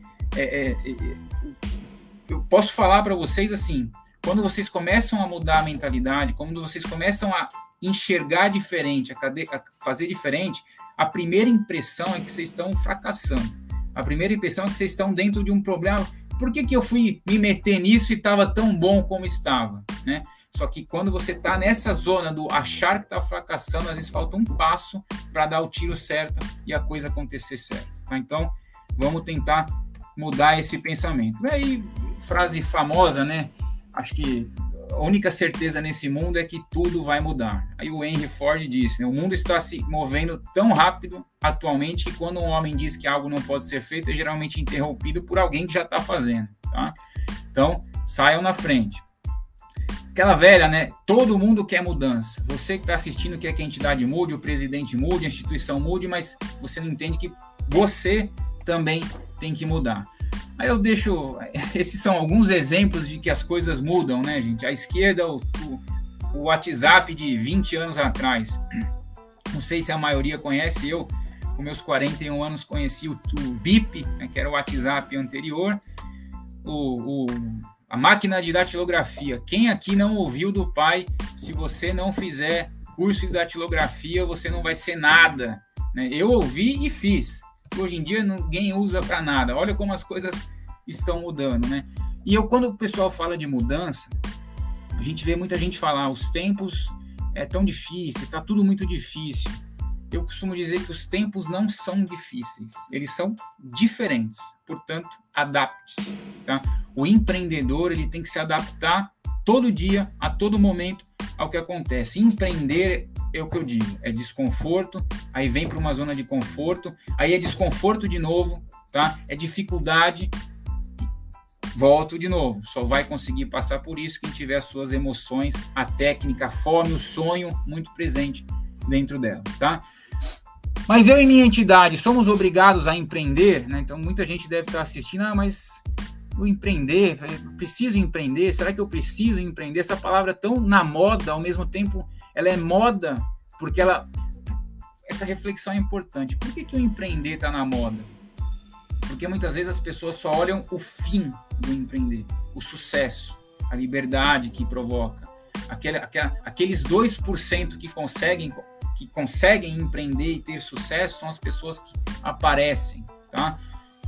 eu posso falar para vocês, assim, quando vocês começam a mudar a mentalidade, quando vocês começam a enxergar diferente, a fazer diferente, a primeira impressão é que vocês estão fracassando. A primeira impressão é que vocês estão dentro de um problema. Por que eu fui me meter nisso e estava tão bom como estava, né? Só que quando você está nessa zona do achar que está fracassando, às vezes falta um passo para dar o tiro certo e a coisa acontecer certo. Tá? Então, vamos tentar mudar esse pensamento. E aí, frase famosa, né? Acho que a única certeza nesse mundo é que tudo vai mudar. Aí o Henry Ford disse, né? O mundo está se movendo tão rápido atualmente que quando um homem diz que algo não pode ser feito, é geralmente interrompido por alguém que já está fazendo. Tá? Então, saiam na frente. Aquela velha, né? Todo mundo quer mudança. Você que está assistindo quer que a entidade mude, o presidente mude, a instituição mude, mas você não entende que você também tem que mudar. Aí eu deixo... Esses são alguns exemplos de que as coisas mudam, né, gente? À esquerda, o WhatsApp de 20 anos atrás. Não sei se a maioria conhece. Eu, com meus 41 anos, conheci o BIP, né, que era o WhatsApp anterior. A máquina de datilografia. Quem aqui não ouviu do pai, se você não fizer curso de datilografia, você não vai ser nada, né? Eu ouvi e fiz. Hoje em dia ninguém usa para nada. Olha como as coisas estão mudando, né? E quando o pessoal fala de mudança, a gente vê muita gente falar, os tempos tão difíceis, está tudo muito difícil. Eu costumo dizer que os tempos não são difíceis, eles são diferentes. Portanto, adapte-se, tá? O empreendedor, ele tem que se adaptar todo dia, a todo momento, ao que acontece. Empreender é o que eu digo, é desconforto, aí vem para uma zona de conforto, aí é desconforto de novo, tá? É dificuldade, volto de novo. Só vai conseguir passar por isso quem tiver as suas emoções, a técnica, a fome, o sonho muito presente dentro dela, tá? Mas eu e minha entidade somos obrigados a empreender, né? Então muita gente deve estar assistindo, mas o empreender, eu preciso empreender, será que eu preciso empreender? Essa palavra é tão na moda, ao mesmo tempo ela é moda, porque essa reflexão é importante. Por que o empreender está na moda? Porque muitas vezes as pessoas só olham o fim do empreender, o sucesso, a liberdade que provoca, aqueles 2% que conseguem empreender e ter sucesso são as pessoas que aparecem, tá?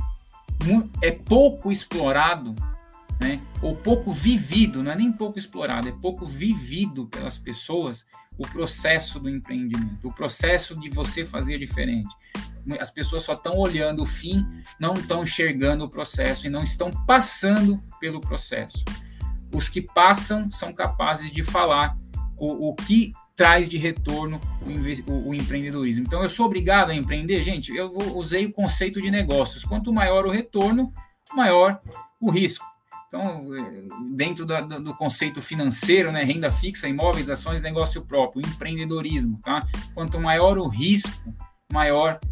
É pouco explorado, né? Ou pouco vivido, não é nem pouco explorado, é pouco vivido pelas pessoas o processo do empreendimento, o processo de você fazer diferente. As pessoas só estão olhando o fim, não estão enxergando o processo e não estão passando pelo processo. Os que passam são capazes de falar o que traz de retorno o empreendedorismo. Então, eu sou obrigado a empreender? Gente, eu usei o conceito de negócios. Quanto maior o retorno, maior o risco. Então, dentro do conceito financeiro, né, renda fixa, imóveis, ações, negócio próprio, empreendedorismo, tá? Quanto maior o risco, maior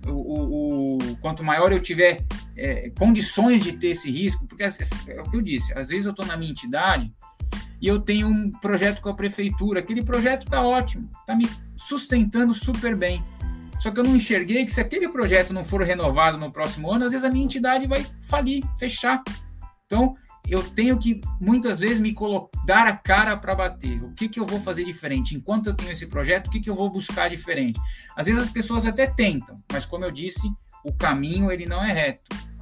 quanto maior eu tiver condições de ter esse risco, porque é o que eu disse, às vezes eu estou na minha entidade e eu tenho um projeto com a prefeitura, aquele projeto está ótimo, está me sustentando super bem, só que eu não enxerguei que se aquele projeto não for renovado no próximo ano, às vezes a minha entidade vai falir, fechar. Então, eu tenho que, muitas vezes, dar a cara para bater. O que eu vou fazer diferente? Enquanto eu tenho esse projeto, o que eu vou buscar diferente? Às vezes as pessoas até tentam, mas como eu disse, o caminho ele não é reto.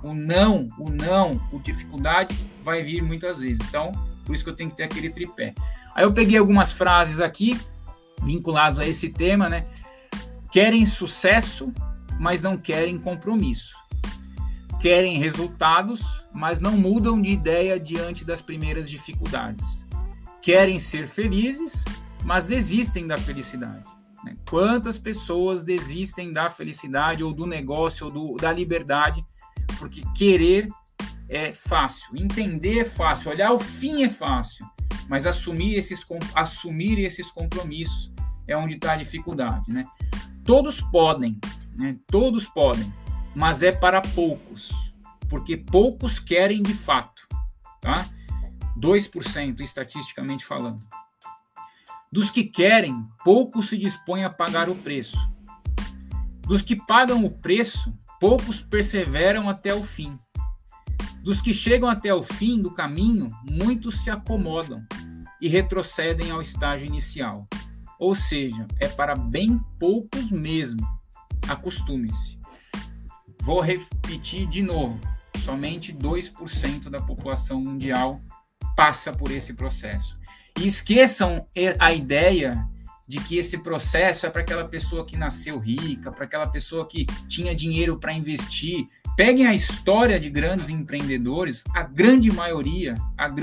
O dificuldade vai vir muitas vezes. Então, por isso que eu tenho que ter aquele tripé. Aí eu peguei algumas frases aqui, vinculadas a esse tema, né? Querem sucesso, mas não querem compromisso. Querem resultados, mas não mudam de ideia diante das primeiras dificuldades. Querem ser felizes, mas desistem da felicidade. Né? Quantas pessoas desistem da felicidade, ou do negócio, ou da liberdade, porque querer é fácil, entender é fácil, olhar o fim é fácil, mas assumir esses compromissos é onde está a dificuldade. Né? Todos podem, né? Todos podem, mas é para poucos, porque poucos querem de fato, tá? 2%, estatisticamente falando. Dos que querem, poucos se dispõem a pagar o preço. Dos que pagam o preço, poucos perseveram até o fim. Dos que chegam até o fim do caminho, muitos se acomodam e retrocedem ao estágio inicial. Ou seja, é para bem poucos mesmo. Acostume-se. Vou repetir de novo. Somente 2% da população mundial passa por esse processo. E esqueçam a ideia de que esse processo é para aquela pessoa que nasceu rica, para aquela pessoa que tinha dinheiro para investir. Peguem a história de grandes empreendedores, a grande maioria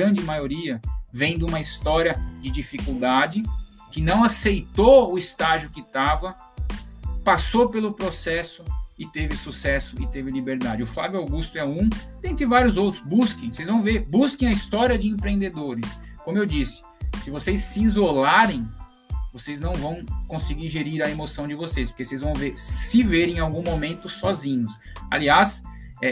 vem de uma história de dificuldade, que não aceitou o estágio que estava, passou pelo processo e teve sucesso e teve liberdade. O Flávio Augusto é um, dentre vários outros. Busquem, vocês vão ver, busquem a história de empreendedores. Como eu disse, se vocês se isolarem, vocês não vão conseguir gerir a emoção de vocês, porque vocês vão se ver em algum momento sozinhos. Aliás,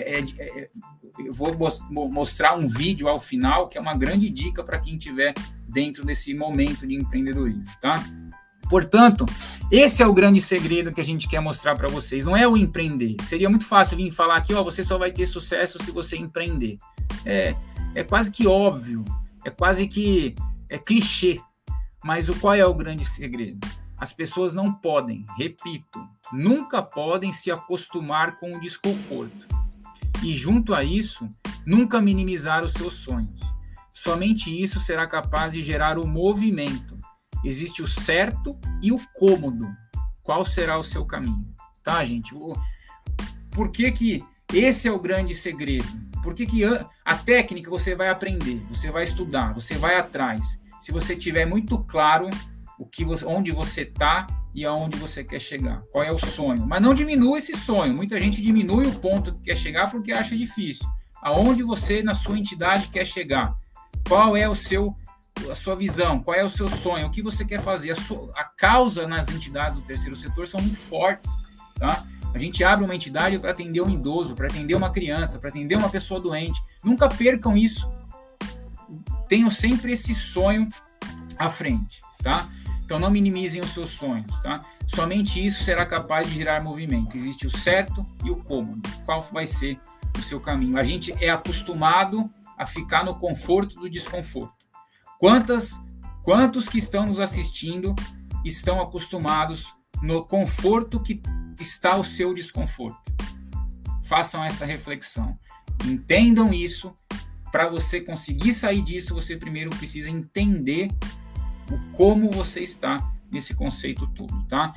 eu vou mostrar um vídeo ao final, que é uma grande dica para quem estiver dentro desse momento de empreendedorismo, tá? Portanto, esse é o grande segredo que a gente quer mostrar para vocês. Não é o empreender. Seria muito fácil vir falar aqui, você só vai ter sucesso se você empreender. É quase que óbvio, é quase que clichê. Mas qual é o grande segredo? As pessoas não podem, repito, nunca podem se acostumar com o desconforto. E junto a isso, nunca minimizar os seus sonhos. Somente isso será capaz de gerar o movimento. Existe o certo e o cômodo. Qual será o seu caminho? Tá, gente? Por que esse é o grande segredo? Por que a técnica você vai aprender, você vai estudar, você vai atrás. Se você tiver muito claro onde você está e aonde você quer chegar. Qual é o sonho? Mas não diminua esse sonho. Muita gente diminui o ponto que quer chegar porque acha difícil. Aonde você, na sua entidade, quer chegar? Qual é a sua visão? Qual é o seu sonho? O que você quer fazer? A causa nas entidades do terceiro setor são muito fortes, tá? A gente abre uma entidade para atender um idoso, para atender uma criança, para atender uma pessoa doente. Nunca percam isso. Tenham sempre esse sonho à frente, tá? Então não minimizem os seus sonhos, tá? Somente isso será capaz de gerar movimento. Existe o certo e o cômodo. Qual vai ser o seu caminho? A gente é acostumado a ficar no conforto do desconforto. Quantos que estão nos assistindo estão acostumados no conforto que está o seu desconforto? Façam essa reflexão. Entendam isso. Para você conseguir sair disso, você primeiro precisa entender como você está nesse conceito todo, tá?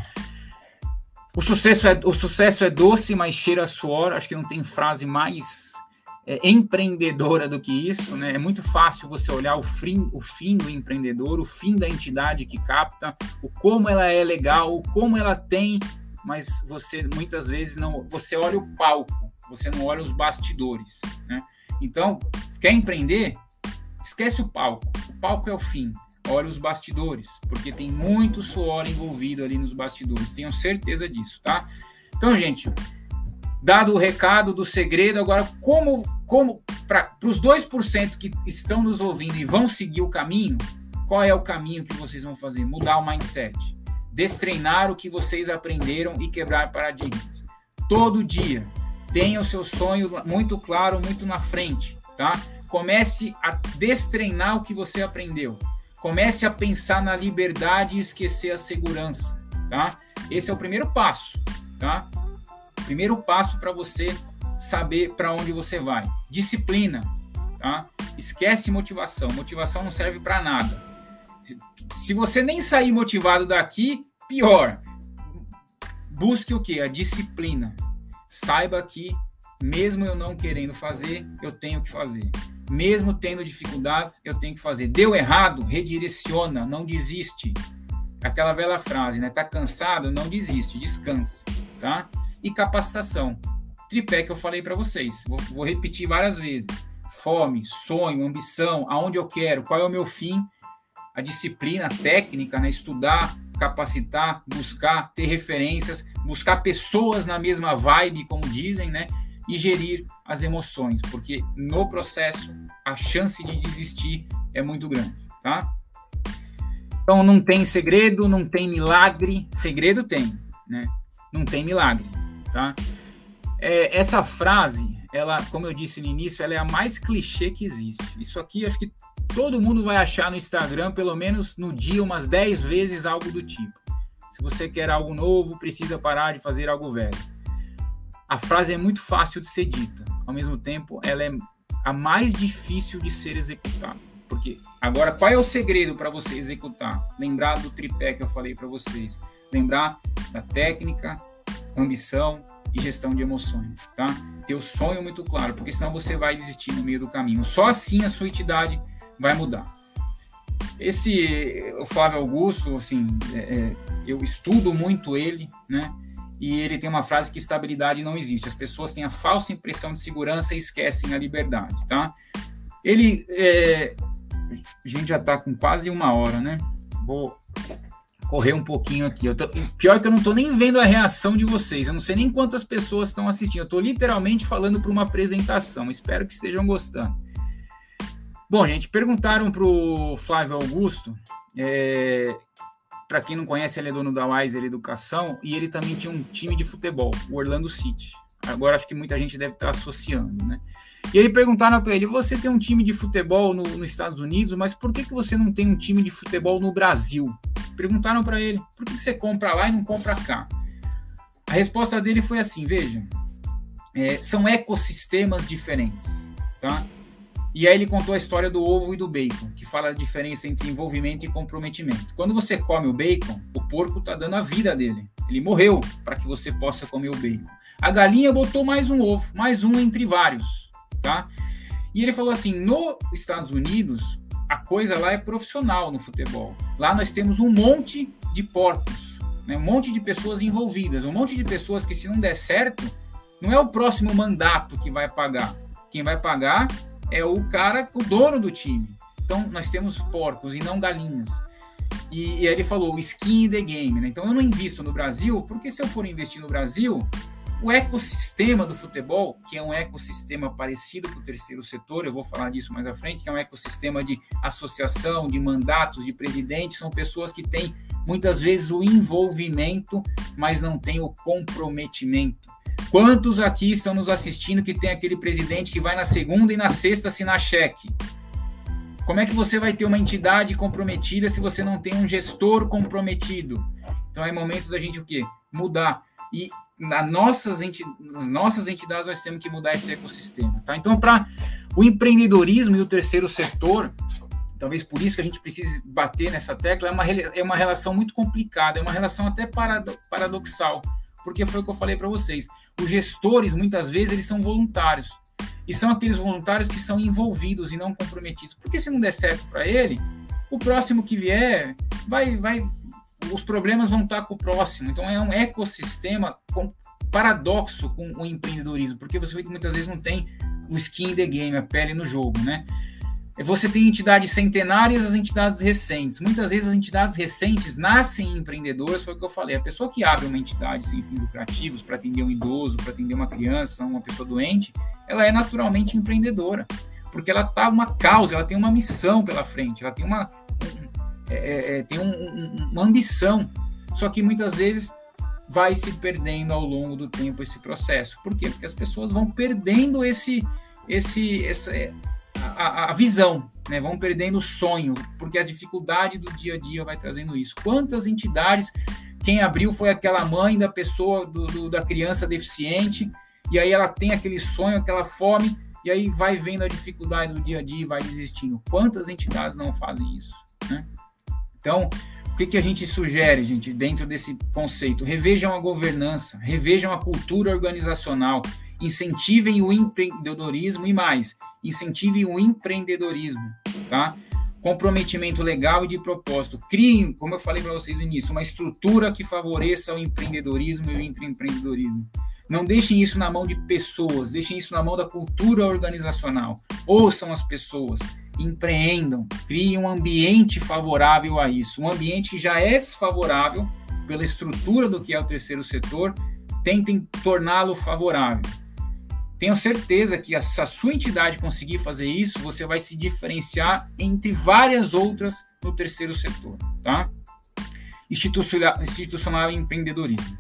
O sucesso é doce, mas cheira a suor. Acho que não tem frase mais empreendedora do que isso, né? É muito fácil você olhar o fim do empreendedor, o fim da entidade que capta, o como ela é legal, o como ela tem, mas você muitas vezes não, você olha o palco, você não olha os bastidores, né? Então, quer empreender? Esquece o palco é o fim. Olha os bastidores, porque tem muito suor envolvido ali nos bastidores, tenho certeza disso, tá? Então, gente, dado o recado do segredo, agora como para os 2% que estão nos ouvindo e vão seguir o caminho, qual é o caminho que vocês vão fazer? Mudar o mindset, destreinar o que vocês aprenderam e quebrar paradigmas. Todo dia, tenha o seu sonho muito claro, muito na frente, tá? Comece a destreinar o que você aprendeu. Comece a pensar na liberdade e esquecer a segurança, tá? Esse é o primeiro passo, tá? Primeiro passo para você saber para onde você vai. Disciplina, tá? Esquece motivação. Motivação não serve para nada. Se você nem sair motivado daqui, pior. Busque o quê? A disciplina. Saiba que, mesmo eu não querendo fazer, eu tenho que fazer. Mesmo tendo dificuldades, eu tenho que fazer. Deu errado, redireciona, não desiste. Aquela velha frase, né? Tá cansado? Não desiste, descansa, tá? E capacitação. Tripé que eu falei para vocês. Vou repetir várias vezes. Fome, sonho, ambição, aonde eu quero, qual é o meu fim. A disciplina, a técnica, né? Estudar, capacitar, buscar, ter referências, buscar pessoas na mesma vibe, como dizem, né? E gerir as emoções, porque no processo a chance de desistir é muito grande, tá? Então, não tem segredo, não tem milagre. Segredo tem, né? Não tem milagre, tá? Essa frase, ela, como eu disse no início, ela é a mais clichê que existe. Isso aqui, acho que todo mundo vai achar no Instagram, pelo menos no dia, umas 10 vezes algo do tipo. Se você quer algo novo, precisa parar de fazer algo velho. A frase é muito fácil de ser dita. Ao mesmo tempo, ela é a mais difícil de ser executada. Porque agora, qual é o segredo para você executar? Lembrar do tripé que eu falei para vocês. Lembrar da técnica, ambição e gestão de emoções, tá? Ter o sonho muito claro, porque senão você vai desistir no meio do caminho. Só assim a sua entidade vai mudar. O Flávio Augusto, assim, eu estudo muito ele, né? E ele tem uma frase que estabilidade não existe. As pessoas têm a falsa impressão de segurança e esquecem a liberdade, tá? A gente já está com quase 1 hora, né? Vou correr um pouquinho aqui. Pior que eu não estou nem vendo a reação de vocês. Eu não sei nem quantas pessoas estão assistindo. Eu estou literalmente falando para uma apresentação. Espero que estejam gostando. Bom, gente, perguntaram para o Flávio Augusto. Para quem não conhece, ele é dono da Wiser Educação e ele também tinha um time de futebol, o Orlando City. Agora acho que muita gente deve estar associando, né? E aí perguntaram para ele, você tem um time de futebol nos Estados Unidos, mas por que você não tem um time de futebol no Brasil? Perguntaram para ele, por que você compra lá e não compra cá? A resposta dele foi assim, veja, são ecossistemas diferentes, tá? E aí ele contou a história do ovo e do bacon, que fala a diferença entre envolvimento e comprometimento. Quando você come o bacon, o porco está dando a vida dele. Ele morreu para que você possa comer o bacon. A galinha botou mais um ovo, mais um entre vários, tá? E ele falou assim, nos Estados Unidos, a coisa lá é profissional no futebol. Lá nós temos um monte de porcos, né? Um monte de pessoas envolvidas, um monte de pessoas que, se não der certo, não é o próximo mandato que vai pagar. Quem vai pagar é o cara, o dono do time. Então, nós temos porcos e não galinhas. E ele falou, skin in the game, né? Então, eu não invisto no Brasil, porque se eu for investir no Brasil, o ecossistema do futebol, que é um ecossistema parecido com o terceiro setor, eu vou falar disso mais à frente, que é um ecossistema de associação, de mandatos, de presidentes, são pessoas que têm, muitas vezes, o envolvimento, mas não têm o comprometimento. Quantos aqui estão nos assistindo que tem aquele presidente que vai na segunda e na sexta assinar cheque? Como é que você vai ter uma entidade comprometida se você não tem um gestor comprometido? Então é momento da gente o quê? Mudar. E nas nossas entidades nós temos que mudar esse ecossistema. Tá? Então, para o empreendedorismo e o terceiro setor, talvez por isso que a gente precise bater nessa tecla, é uma relação muito complicada, é uma relação até paradoxal. Porque foi o que eu falei para vocês. Os gestores, muitas vezes, eles são voluntários. E são aqueles voluntários que são envolvidos e não comprometidos. Porque se não der certo para ele, o próximo que vier, os problemas vão estar com o próximo. Então, é um ecossistema paradoxo com o empreendedorismo. Porque você vê que muitas vezes não tem o skin in the game, a pele no jogo, né? Você tem entidades centenárias e as entidades recentes. Muitas vezes as entidades recentes nascem empreendedoras, foi o que eu falei. A pessoa que abre uma entidade sem fins lucrativos para atender um idoso, para atender uma criança, uma pessoa doente, ela é naturalmente empreendedora. Porque ela está uma causa, ela tem uma missão pela frente, ela tem uma ambição. Só que muitas vezes vai se perdendo ao longo do tempo esse processo. Por quê? Porque as pessoas vão perdendo a visão, né? Vão perdendo o sonho, porque a dificuldade do dia a dia vai trazendo isso. Quantas entidades, quem abriu foi aquela mãe da pessoa, da criança deficiente, e aí ela tem aquele sonho, aquela fome, e aí vai vendo a dificuldade do dia a dia e vai desistindo. Quantas entidades não fazem isso, né? Então, o que a gente sugere, gente, dentro desse conceito? Revejam a governança, revejam a cultura organizacional, incentivem o empreendedorismo e mais, incentivem o empreendedorismo, tá? Comprometimento legal e de propósito. Criem, como eu falei para vocês no início, uma estrutura que favoreça o empreendedorismo e o intraempreendedorismo. Não deixem isso na mão de pessoas, deixem isso na mão da cultura organizacional. Ouçam as pessoas, empreendam, criem um ambiente favorável a isso. Um ambiente que já é desfavorável pela estrutura do que é o terceiro setor, tentem torná-lo favorável. Tenho certeza que se a sua entidade conseguir fazer isso, você vai se diferenciar entre várias outras no terceiro setor, tá? Institucional e empreendedorismo.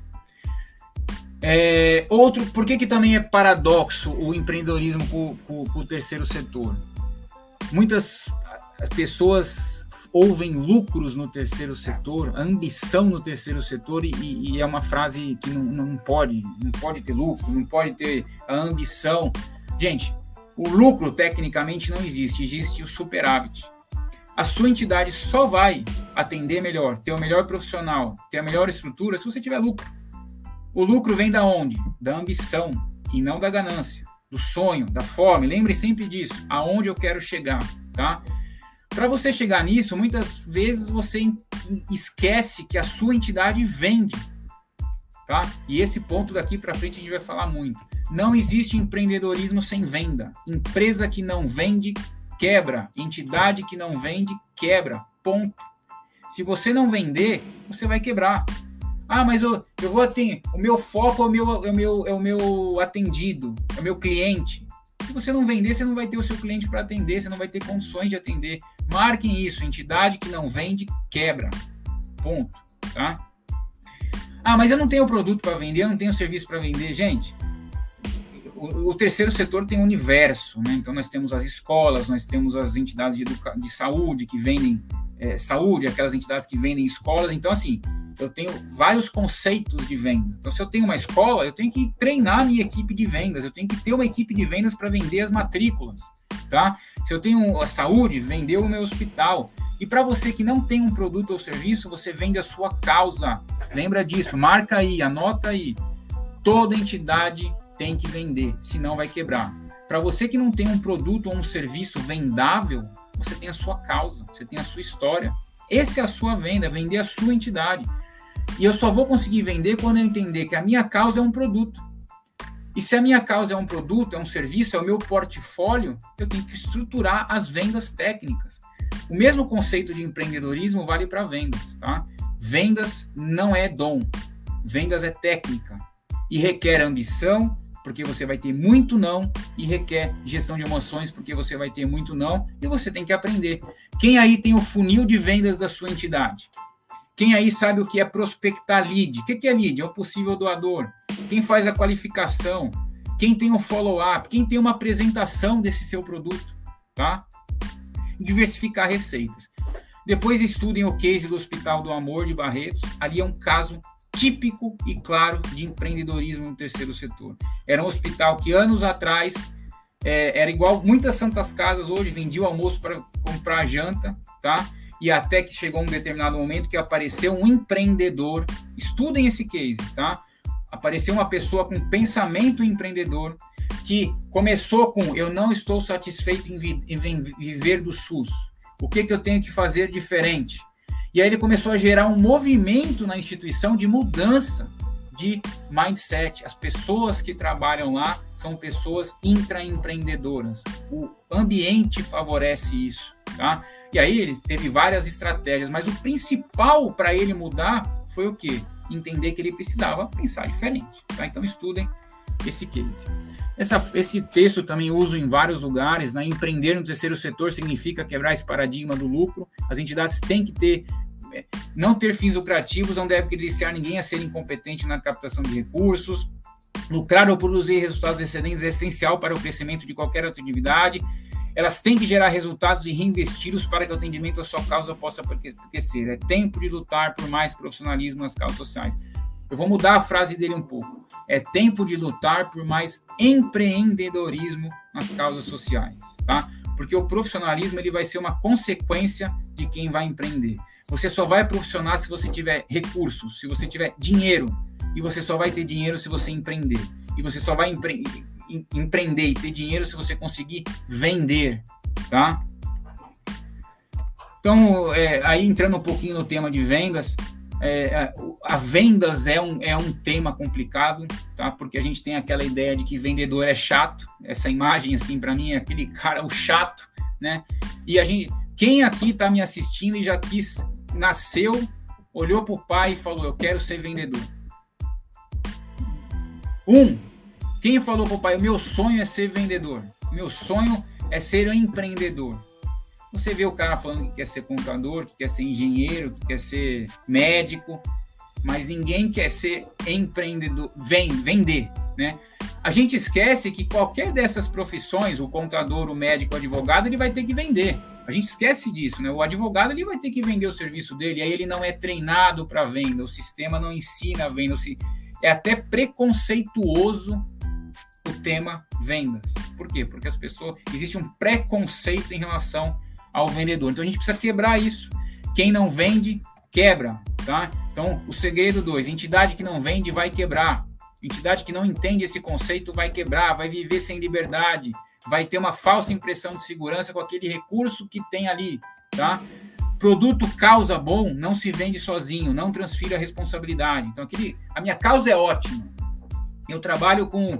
Por que também é paradoxo o empreendedorismo com o terceiro setor? Muitas pessoas ouvem lucros no terceiro setor, ambição no terceiro setor, e é uma frase que não pode ter lucro, não pode ter a ambição. Gente, o lucro tecnicamente não existe, existe o superávit. A sua entidade só vai atender melhor, ter o melhor profissional, ter a melhor estrutura se você tiver lucro. O lucro vem da onde? Da ambição e não da ganância, do sonho, da fome. Lembre sempre disso, aonde eu quero chegar, tá? Para você chegar nisso, muitas vezes você esquece que a sua entidade vende, tá? E esse ponto daqui para frente a gente vai falar muito. Não existe empreendedorismo sem venda. Empresa que não vende, quebra. Entidade que não vende, quebra. Ponto. Se você não vender, você vai quebrar. Ah, mas eu vou atender. O meu foco é o meu atendido, é o meu cliente. Se você não vender, você não vai ter o seu cliente para atender, você não vai ter condições de atender. Marquem isso, entidade que não vende, quebra. Ponto, tá? Ah, mas eu não tenho produto para vender, eu não tenho serviço para vender. Gente, o terceiro setor tem um universo, né? Então nós temos as escolas, nós temos as entidades de saúde que vendem saúde, aquelas entidades que vendem escolas. Então, assim, eu tenho vários conceitos de venda. Então, se eu tenho uma escola, eu tenho que treinar a minha equipe de vendas, eu tenho que ter uma equipe de vendas para vender as matrículas, tá? Se eu tenho a saúde, vender o meu hospital. E para você que não tem um produto ou serviço, você vende a sua causa. Lembra disso, marca aí, anota aí. Toda entidade tem que vender, senão vai quebrar. Para você que não tem um produto ou um serviço vendável, você tem a sua causa, você tem a sua história. Essa é a sua venda, vender a sua entidade. E eu só vou conseguir vender quando eu entender que a minha causa é um produto. E se a minha causa é um produto, é um serviço, é o meu portfólio, eu tenho que estruturar as vendas técnicas. O mesmo conceito de empreendedorismo vale para vendas, tá? Vendas não é dom, vendas é técnica. E requer ambição, porque você vai ter muito não, e requer gestão de emoções, porque você vai ter muito não, e você tem que aprender. Quem aí tem o funil de vendas da sua entidade? Quem aí sabe o que é prospectar lead? O que é lead? É o possível doador. Quem faz a qualificação? Quem tem um follow-up? Quem tem uma apresentação desse seu produto? Tá? Diversificar receitas. Depois estudem o case do Hospital do Amor de Barretos. Ali é um caso típico e claro de empreendedorismo no terceiro setor. Era um hospital que anos atrás era igual muitas santas casas hoje, vendia o almoço para comprar janta, tá? E até que chegou um determinado momento que apareceu um empreendedor. Estudem esse case, tá? Apareceu uma pessoa com pensamento empreendedor que começou com: eu não estou satisfeito em viver do SUS. O que eu tenho que fazer diferente? E aí ele começou a gerar um movimento na instituição de mudança de mindset. As pessoas que trabalham lá são pessoas intraempreendedoras. O ambiente favorece isso, tá? E aí ele teve várias estratégias, mas o principal para ele mudar foi o quê? Entender que ele precisava pensar diferente, tá? Então estudem esse case. Esse texto também uso em vários lugares, né? Empreender no terceiro setor significa quebrar esse paradigma do lucro. As entidades têm que não ter fins lucrativos, não deve credenciar ninguém a ser incompetente na captação de recursos. Lucrar ou produzir resultados excedentes é essencial para o crescimento de qualquer atividade. Elas têm que gerar resultados e reinvesti-los para que o atendimento à sua causa possa crescer. É tempo de lutar por mais profissionalismo nas causas sociais. Eu vou mudar a frase dele um pouco. É tempo de lutar por mais empreendedorismo nas causas sociais, tá? Porque o profissionalismo ele vai ser uma consequência de quem vai empreender. Você só vai profissionar se você tiver recursos, se você tiver dinheiro. E você só vai ter dinheiro se você empreender. E você só vai empreender e ter dinheiro se você conseguir vender, tá? Então, aí entrando um pouquinho no tema de vendas, a vendas é um tema complicado, tá? Porque a gente tem aquela ideia de que vendedor é chato. Essa imagem, assim, para mim, é aquele cara, o chato, né? E quem aqui está me assistindo e já nasceu, olhou para o pai e falou: eu quero ser vendedor? Quem falou para o pai: o meu sonho é ser vendedor, meu sonho é ser um empreendedor? Você vê o cara falando que quer ser contador, que quer ser engenheiro, que quer ser médico, mas ninguém quer ser empreendedor, vender, né? A gente esquece que qualquer dessas profissões, o contador, o médico, o advogado, ele vai ter que vender. A gente esquece disso, né? O advogado, ele vai ter que vender o serviço dele, aí ele não é treinado para venda, o sistema não ensina a venda, é até preconceituoso o tema vendas. Por quê? Porque as pessoas, existe um preconceito em relação ao vendedor. Então a gente precisa quebrar isso. Quem não vende, quebra, tá? Então, o segredo 2, entidade que não vende vai quebrar. Entidade que não entende esse conceito vai quebrar, vai viver sem liberdade, vai ter uma falsa impressão de segurança com aquele recurso que tem ali, tá? Produto causa bom não se vende sozinho, não transfira a responsabilidade. Então, a minha causa é ótima. Eu trabalho com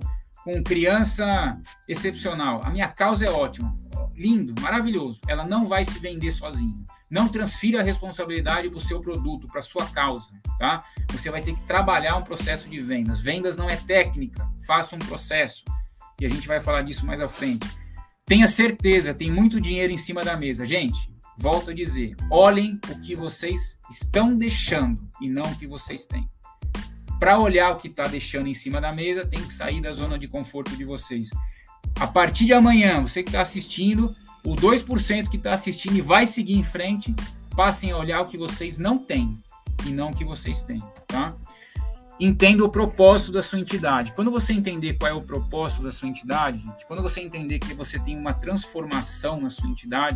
criança excepcional. A minha causa é ótima. Lindo, maravilhoso. Ela não vai se vender sozinha. Não transfira a responsabilidade para o seu produto, para a sua causa, tá? Você vai ter que trabalhar um processo de vendas. Vendas não é técnica, faça um processo. E a gente vai falar disso mais à frente. Tenha certeza, tem muito dinheiro em cima da mesa. Gente, volto a dizer, olhem o que vocês estão deixando e não o que vocês têm. Para olhar o que está deixando em cima da mesa, tem que sair da zona de conforto de vocês. A partir de amanhã, você que está assistindo, o 2% que está assistindo e vai seguir em frente, passem a olhar o que vocês não têm e não o que vocês têm, tá? Entenda o propósito da sua entidade. Quando você entender qual é o propósito da sua entidade, gente, quando você entender que você tem uma transformação na sua entidade,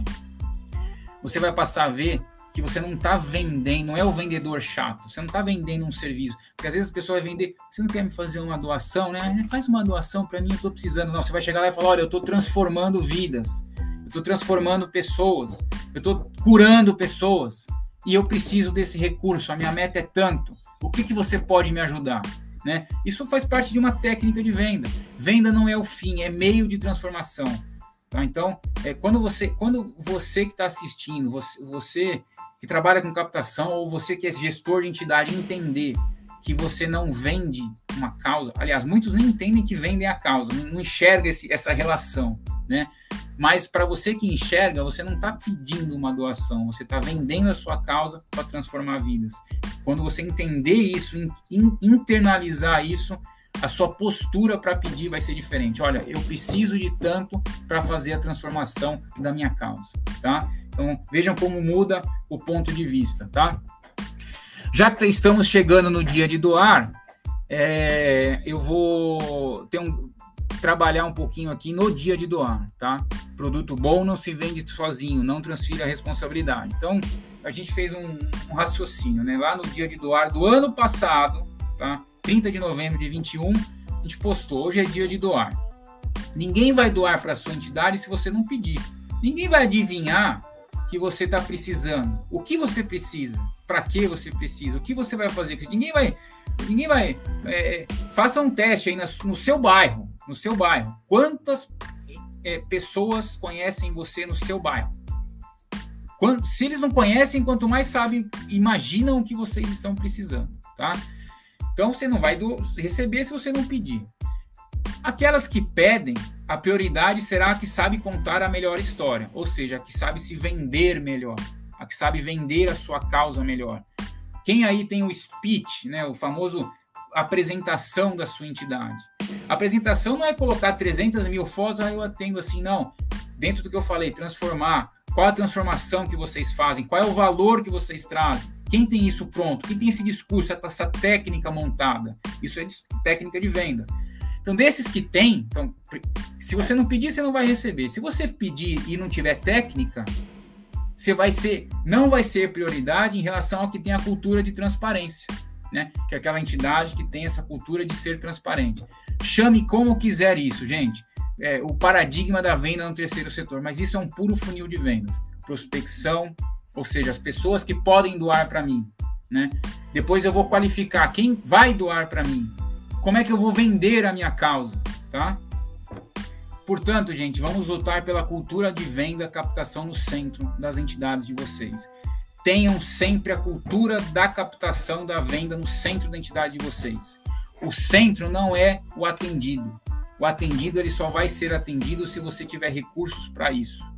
você vai passar a ver que você não está vendendo, não é o vendedor chato, você não está vendendo um serviço, porque às vezes a pessoa vai vender, você não quer me fazer uma doação, né? Faz uma doação para mim, eu estou precisando. Não, você vai chegar lá e falar, olha, eu estou transformando vidas, eu estou transformando pessoas, eu estou curando pessoas, e eu preciso desse recurso, a minha meta é tanto, o que você pode me ajudar? Né? Isso faz parte de uma técnica de venda. Venda não é o fim, é meio de transformação. Tá? Então, quando você que está assistindo, você que trabalha com captação, ou você que é gestor de entidade, entender que você não vende uma causa, aliás, muitos nem entendem que vendem a causa, não enxerga essa relação, né? Mas para você que enxerga, você não está pedindo uma doação, você está vendendo a sua causa para transformar vidas. Quando você entender isso, internalizar isso, a sua postura para pedir vai ser diferente. Olha, eu preciso de tanto para fazer a transformação da minha causa, tá? Então, vejam como muda o ponto de vista, tá? Já que estamos chegando no dia de doar, eu vou trabalhar um pouquinho aqui no dia de doar, tá? Produto bom não se vende sozinho, não transfira a responsabilidade. Então, a gente fez um raciocínio, né? Lá no dia de doar do ano passado, tá? 30 de novembro de 21, a gente postou, hoje é dia de doar. Ninguém vai doar para a sua entidade se você não pedir. Ninguém vai adivinhar que você está precisando. O que você precisa? Para que você precisa? O que você vai fazer? Ninguém vai. Faça um teste aí no seu bairro. No seu bairro. Quantas pessoas conhecem você no seu bairro? Se eles não conhecem, quanto mais sabem, imaginam o que vocês estão precisando, tá? Então, você não vai receber se você não pedir. Aquelas que pedem, a prioridade será a que sabe contar a melhor história, ou seja, a que sabe se vender melhor, a que sabe vender a sua causa melhor. Quem aí tem o speech, né, o famoso apresentação da sua entidade? A apresentação não é colocar 300 mil fotos, eu atendo assim, não. Dentro do que eu falei, transformar. Qual a transformação que vocês fazem? Qual é o valor que vocês trazem? Quem tem isso pronto? Quem tem esse discurso, essa técnica montada? Isso é técnica de venda. Então, desses que tem, então, se você não pedir, você não vai receber. Se você pedir e não tiver técnica, não vai ser prioridade em relação ao que tem a cultura de transparência, né? Que é aquela entidade que tem essa cultura de ser transparente. Chame como quiser isso, gente. O paradigma da venda no terceiro setor, mas isso é um puro funil de vendas. Prospecção, ou seja, as pessoas que podem doar para mim, né? Depois eu vou qualificar quem vai doar para mim. Como é que eu vou vender a minha causa, tá? Portanto, gente, vamos lutar pela cultura de venda, captação no centro das entidades de vocês. Tenham sempre a cultura da captação, da venda no centro da entidade de vocês. O centro não é o atendido. O atendido ele só vai ser atendido se você tiver recursos para isso.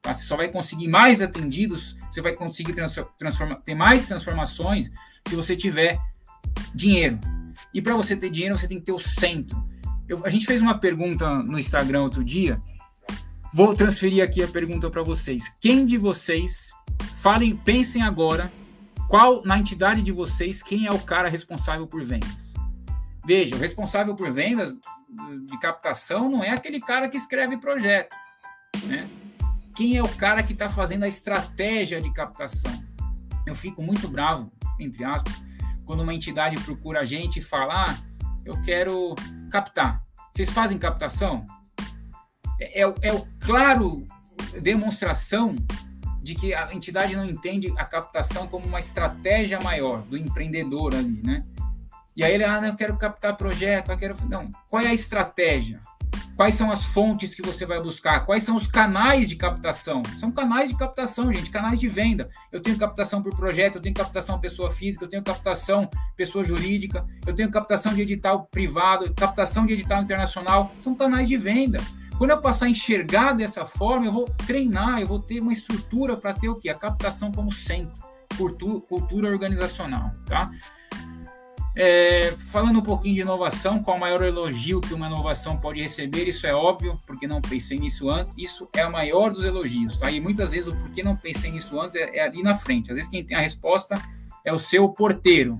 Tá? Você só vai conseguir mais atendidos, você vai conseguir ter mais transformações se você tiver dinheiro. E para você ter dinheiro, você tem que ter o centro. A gente fez uma pergunta no Instagram outro dia, vou transferir aqui a pergunta para vocês. Quem de vocês, pensem agora, qual na entidade de vocês, quem é o cara responsável por vendas? Veja, o responsável por vendas de captação não é aquele cara que escreve projeto, né? Quem é o cara que está fazendo a estratégia de captação? Eu fico muito bravo, entre aspas, quando uma entidade procura a gente e fala, eu quero captar. Vocês fazem captação? É o claro demonstração de que a entidade não entende a captação como uma estratégia maior do empreendedor ali, né? E aí ele, eu quero captar projeto, Não, qual é a estratégia? Quais são as fontes que você vai buscar? Quais são os canais de captação? São canais de captação, gente, canais de venda. Eu tenho captação por projeto, eu tenho captação pessoa física, eu tenho captação pessoa jurídica, eu tenho captação de edital privado, captação de edital internacional. São canais de venda. Quando eu passar a enxergar dessa forma, eu vou treinar, eu vou ter uma estrutura para ter o quê? A captação como centro, cultura organizacional, tá? Falando um pouquinho de inovação, qual o maior elogio que uma inovação pode receber? Isso é óbvio, porque não pensei nisso antes. Isso é o maior dos elogios, tá? E muitas vezes o porquê não pensei nisso antes é ali na frente. Às vezes quem tem a resposta é o seu porteiro.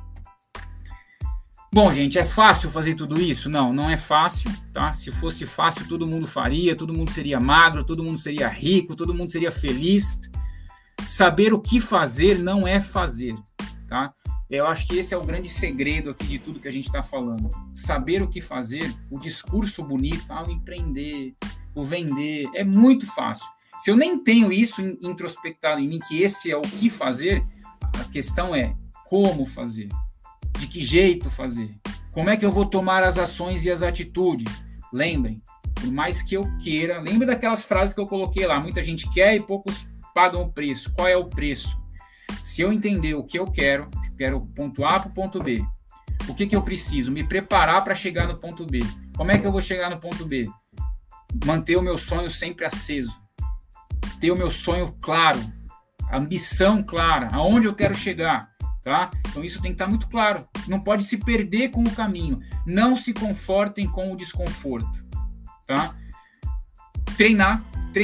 Bom, gente, é fácil fazer tudo isso? Não, não é fácil, tá? Se fosse fácil, todo mundo faria, todo mundo seria magro, todo mundo seria rico, todo mundo seria feliz. Saber o que fazer não é fazer, tá? Eu acho que esse é o grande segredo aqui de tudo que a gente está falando. Saber o que fazer, o discurso bonito, o empreender, o vender, é muito fácil. Se eu nem tenho isso introspectado em mim, que esse é o que fazer, a questão é como fazer, de que jeito fazer, como é que eu vou tomar as ações e as atitudes. Lembrem, por mais que eu queira, lembre daquelas frases que eu coloquei lá, muita gente quer e poucos pagam o preço. Qual é o preço? Se eu entender o que eu quero ponto A para o ponto B. O que eu preciso? Me preparar para chegar no ponto B. Como é que eu vou chegar no ponto B? Manter o meu sonho sempre aceso. Ter o meu sonho claro. A ambição clara. Aonde eu quero chegar. Tá? Então isso tem que estar muito claro. Não pode se perder com o caminho. Não se confortem com o desconforto. Tá? Treinar,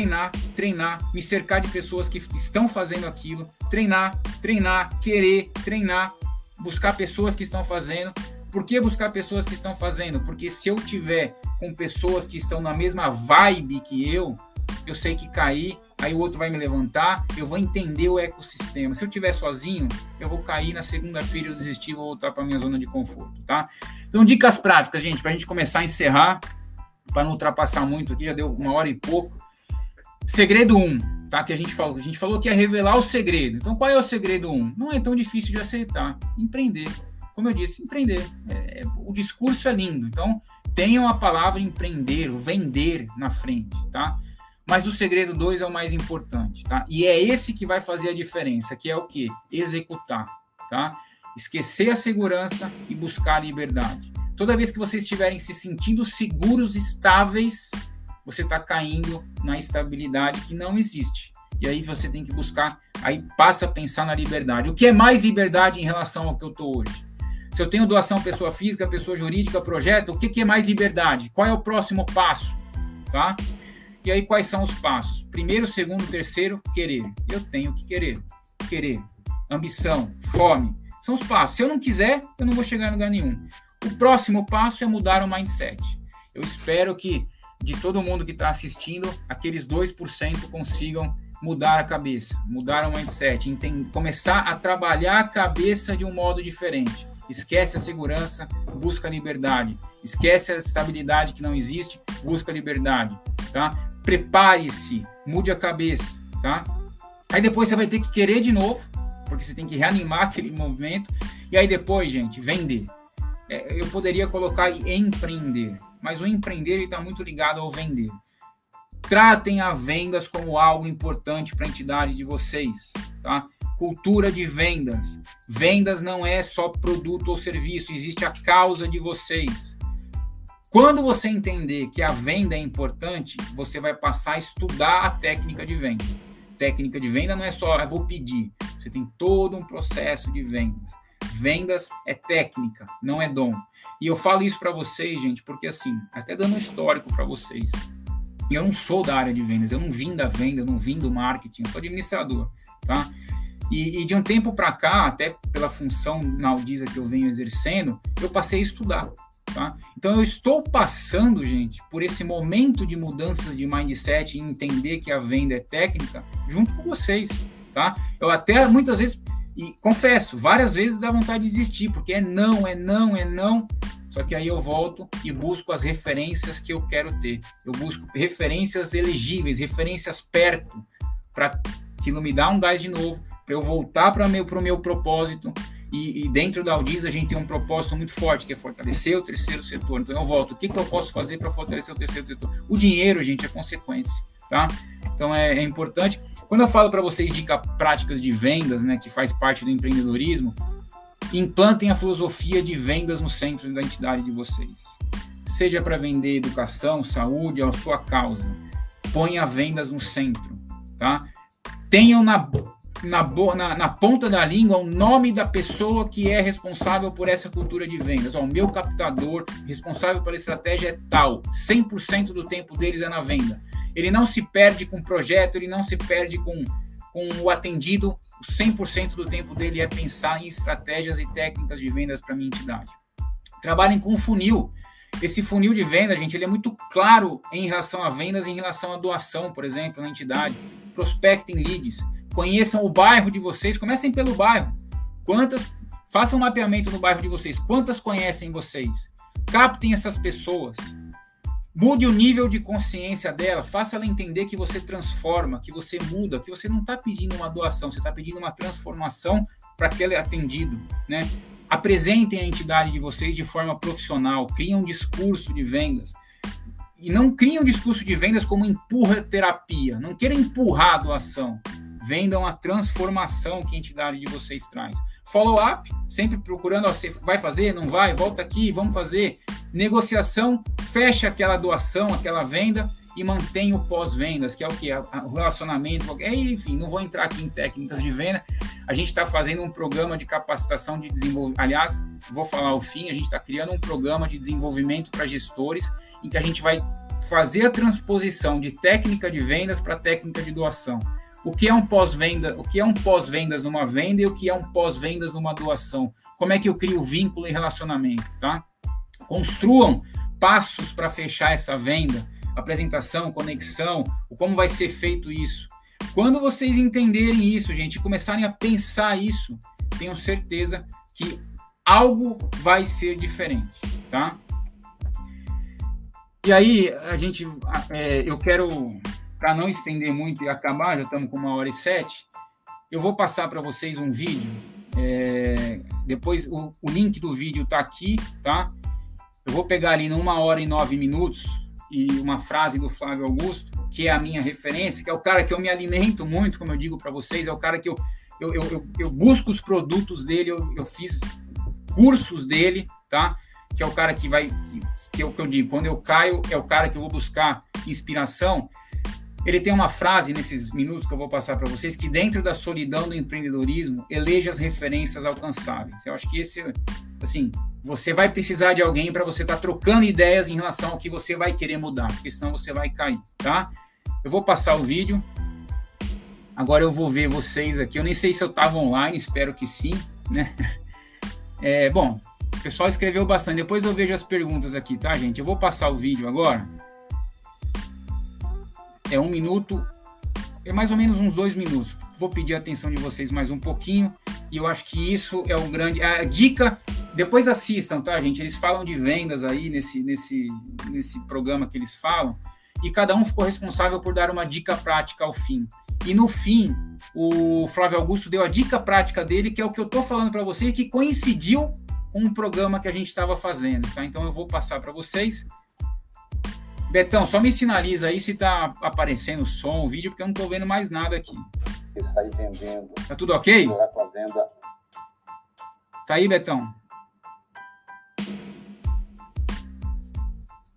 me cercar de pessoas que estão fazendo aquilo, treinar, querer, treinar, buscar pessoas que estão fazendo. Por que buscar pessoas que estão fazendo? Porque se eu tiver com pessoas que estão na mesma vibe que eu sei que cair, aí o outro vai me levantar, eu vou entender o ecossistema. Se eu estiver sozinho, eu vou cair na segunda-feira, eu desistir, vou voltar para a minha zona de conforto, tá? Então, dicas práticas, gente, para a gente começar a encerrar, para não ultrapassar muito aqui, já deu 1 hora e pouco. Segredo 1, tá? Que a gente falou que ia revelar o segredo. Então, qual é o segredo 1? Não é tão difícil de aceitar. Empreender. Como eu disse, empreender. O discurso é lindo. Então, tenham a palavra empreender, o vender na frente, tá? Mas o segredo 2 é o mais importante, tá? E é esse que vai fazer a diferença, que é o quê? Executar, tá? Esquecer a segurança e buscar a liberdade. Toda vez que vocês estiverem se sentindo seguros, estáveis, você está caindo na estabilidade que não existe. E aí você tem que buscar, aí passa a pensar na liberdade. O que é mais liberdade em relação ao que eu estou hoje? Se eu tenho doação pessoa física, pessoa jurídica, projeto, o que é mais liberdade? Qual é o próximo passo? Tá? E aí quais são os passos? Primeiro, segundo, terceiro, querer. Eu tenho que querer. Querer. Ambição, fome. São os passos. Se eu não quiser, eu não vou chegar em lugar nenhum. O próximo passo é mudar o mindset. Eu espero que de todo mundo que está assistindo, aqueles 2% consigam mudar a cabeça, mudar o mindset, começar a trabalhar a cabeça de um modo diferente. Esquece a segurança, busca a liberdade. Esquece a estabilidade que não existe, busca a liberdade. Tá? Prepare-se, mude a cabeça. Tá? Aí depois você vai ter que querer de novo, porque você tem que reanimar aquele movimento. E aí depois, gente, vender. Eu poderia colocar empreender. Mas o empreender está muito ligado ao vender. Tratem as vendas como algo importante para a entidade de vocês. Tá? Cultura de vendas. Vendas não é só produto ou serviço, existe a causa de vocês. Quando você entender que a venda é importante, você vai passar a estudar a técnica de venda. Técnica de venda não é só, eu vou pedir. Você tem todo um processo de vendas. Vendas é técnica, não é dom. E eu falo isso para vocês, gente, porque assim, até dando um histórico para vocês. Eu não sou da área de vendas, eu não vim da venda, eu não vim do marketing, eu sou administrador, tá? E de um tempo para cá, até pela função na Aldiza que eu venho exercendo, eu passei a estudar. Tá? Então eu estou passando, gente, por esse momento de mudanças de mindset e entender que a venda é técnica junto com vocês, tá? Eu até muitas vezes, e confesso, várias vezes dá vontade de desistir, porque é não, só que aí eu volto e busco as referências que eu quero ter. Eu busco referências elegíveis, referências perto, para que não me dá um gás de novo, para eu voltar para o meu propósito. E dentro da Aldiza a gente tem um propósito muito forte, que é fortalecer o terceiro setor. Então eu volto, o que eu posso fazer para fortalecer o terceiro setor? O dinheiro, gente, é consequência, tá? Então é importante. Quando eu falo para vocês dicas práticas de vendas, né, que faz parte do empreendedorismo, implantem a filosofia de vendas no centro da entidade de vocês. Seja para vender educação, saúde, a sua causa. Ponha vendas no centro, tá? Tenham na ponta da língua o nome da pessoa que é responsável por essa cultura de vendas. O meu captador responsável pela estratégia é tal. 100% do tempo deles é na venda. Ele não se perde com o projeto, ele não se perde com o atendido. 100% do tempo dele é pensar em estratégias e técnicas de vendas para a minha entidade. Trabalhem com funil. Esse funil de venda, gente, ele é muito claro em relação a vendas, em relação à doação, por exemplo, na entidade. Prospectem leads. Conheçam o bairro de vocês, comecem pelo bairro. Façam um mapeamento no bairro de vocês. Quantas conhecem vocês? Captem essas pessoas. Mude o nível de consciência dela. Faça ela entender que você transforma, que você muda, que você não está pedindo uma doação, você está pedindo uma transformação para aquele atendido, né? Apresentem a entidade de vocês de forma profissional. Criem um discurso de vendas. E não criem um discurso de vendas como empurra-terapia. Não queiram empurrar a doação. Vendam a transformação que a entidade de vocês traz. Follow-up, sempre procurando, você vai fazer, não vai, volta aqui, vamos fazer. Negociação, fecha aquela doação, aquela venda e mantém o pós-vendas, que é o que? O relacionamento, enfim, não vou entrar aqui em técnicas de venda. A gente está fazendo um programa de capacitação de desenvolvimento, aliás, vou falar o fim, a gente está criando um programa de desenvolvimento para gestores, em que a gente vai fazer a transposição de técnica de vendas para técnica de doação. O que é um pós-venda? O que é um pós-vendas numa venda e o que é um pós-vendas numa doação? Como é que eu crio vínculo e relacionamento, tá? Construam passos para fechar essa venda, apresentação, conexão, como vai ser feito isso. Quando vocês entenderem isso, gente, e começarem a pensar isso, tenho certeza que algo vai ser diferente, tá? E aí, eu quero, para não estender muito e acabar, já estamos com 1h07, eu vou passar para vocês um vídeo, depois o link do vídeo está aqui, tá? Eu vou pegar ali 1h09 e uma frase do Flávio Augusto, que é a minha referência, que é o cara que eu me alimento muito, como eu digo para vocês, é o cara que eu busco os produtos dele, eu fiz cursos dele, tá? Que é o cara que é o que eu digo, quando eu caio, é o cara que eu vou buscar inspiração. Ele tem uma frase nesses minutos que eu vou passar para vocês, que dentro da solidão do empreendedorismo, eleja as referências alcançáveis. Eu acho que assim, você vai precisar de alguém para você estar trocando ideias em relação ao que você vai querer mudar, porque senão você vai cair, tá? Eu vou passar o vídeo. Agora eu vou ver vocês aqui. Eu nem sei se eu estava online, espero que sim, né? Bom, o pessoal escreveu bastante. Depois eu vejo as perguntas aqui, tá, gente? Eu vou passar o vídeo agora. É 1 minuto, é mais ou menos uns 2 minutos. Vou pedir a atenção de vocês mais um pouquinho. E eu acho que isso é um grande... A dica, depois assistam, tá, gente? Eles falam de vendas aí nesse programa que eles falam. E cada um ficou responsável por dar uma dica prática ao fim. E no fim, o Flávio Augusto deu a dica prática dele, que é o que eu estou falando para vocês, que coincidiu com um programa que a gente estava fazendo, tá? Então eu vou passar para vocês. Betão, só me sinaliza aí se está aparecendo o som, o vídeo, porque eu não estou vendo mais nada aqui. E sair vendendo. Tá tudo ok? Fazenda. Tá aí, Betão?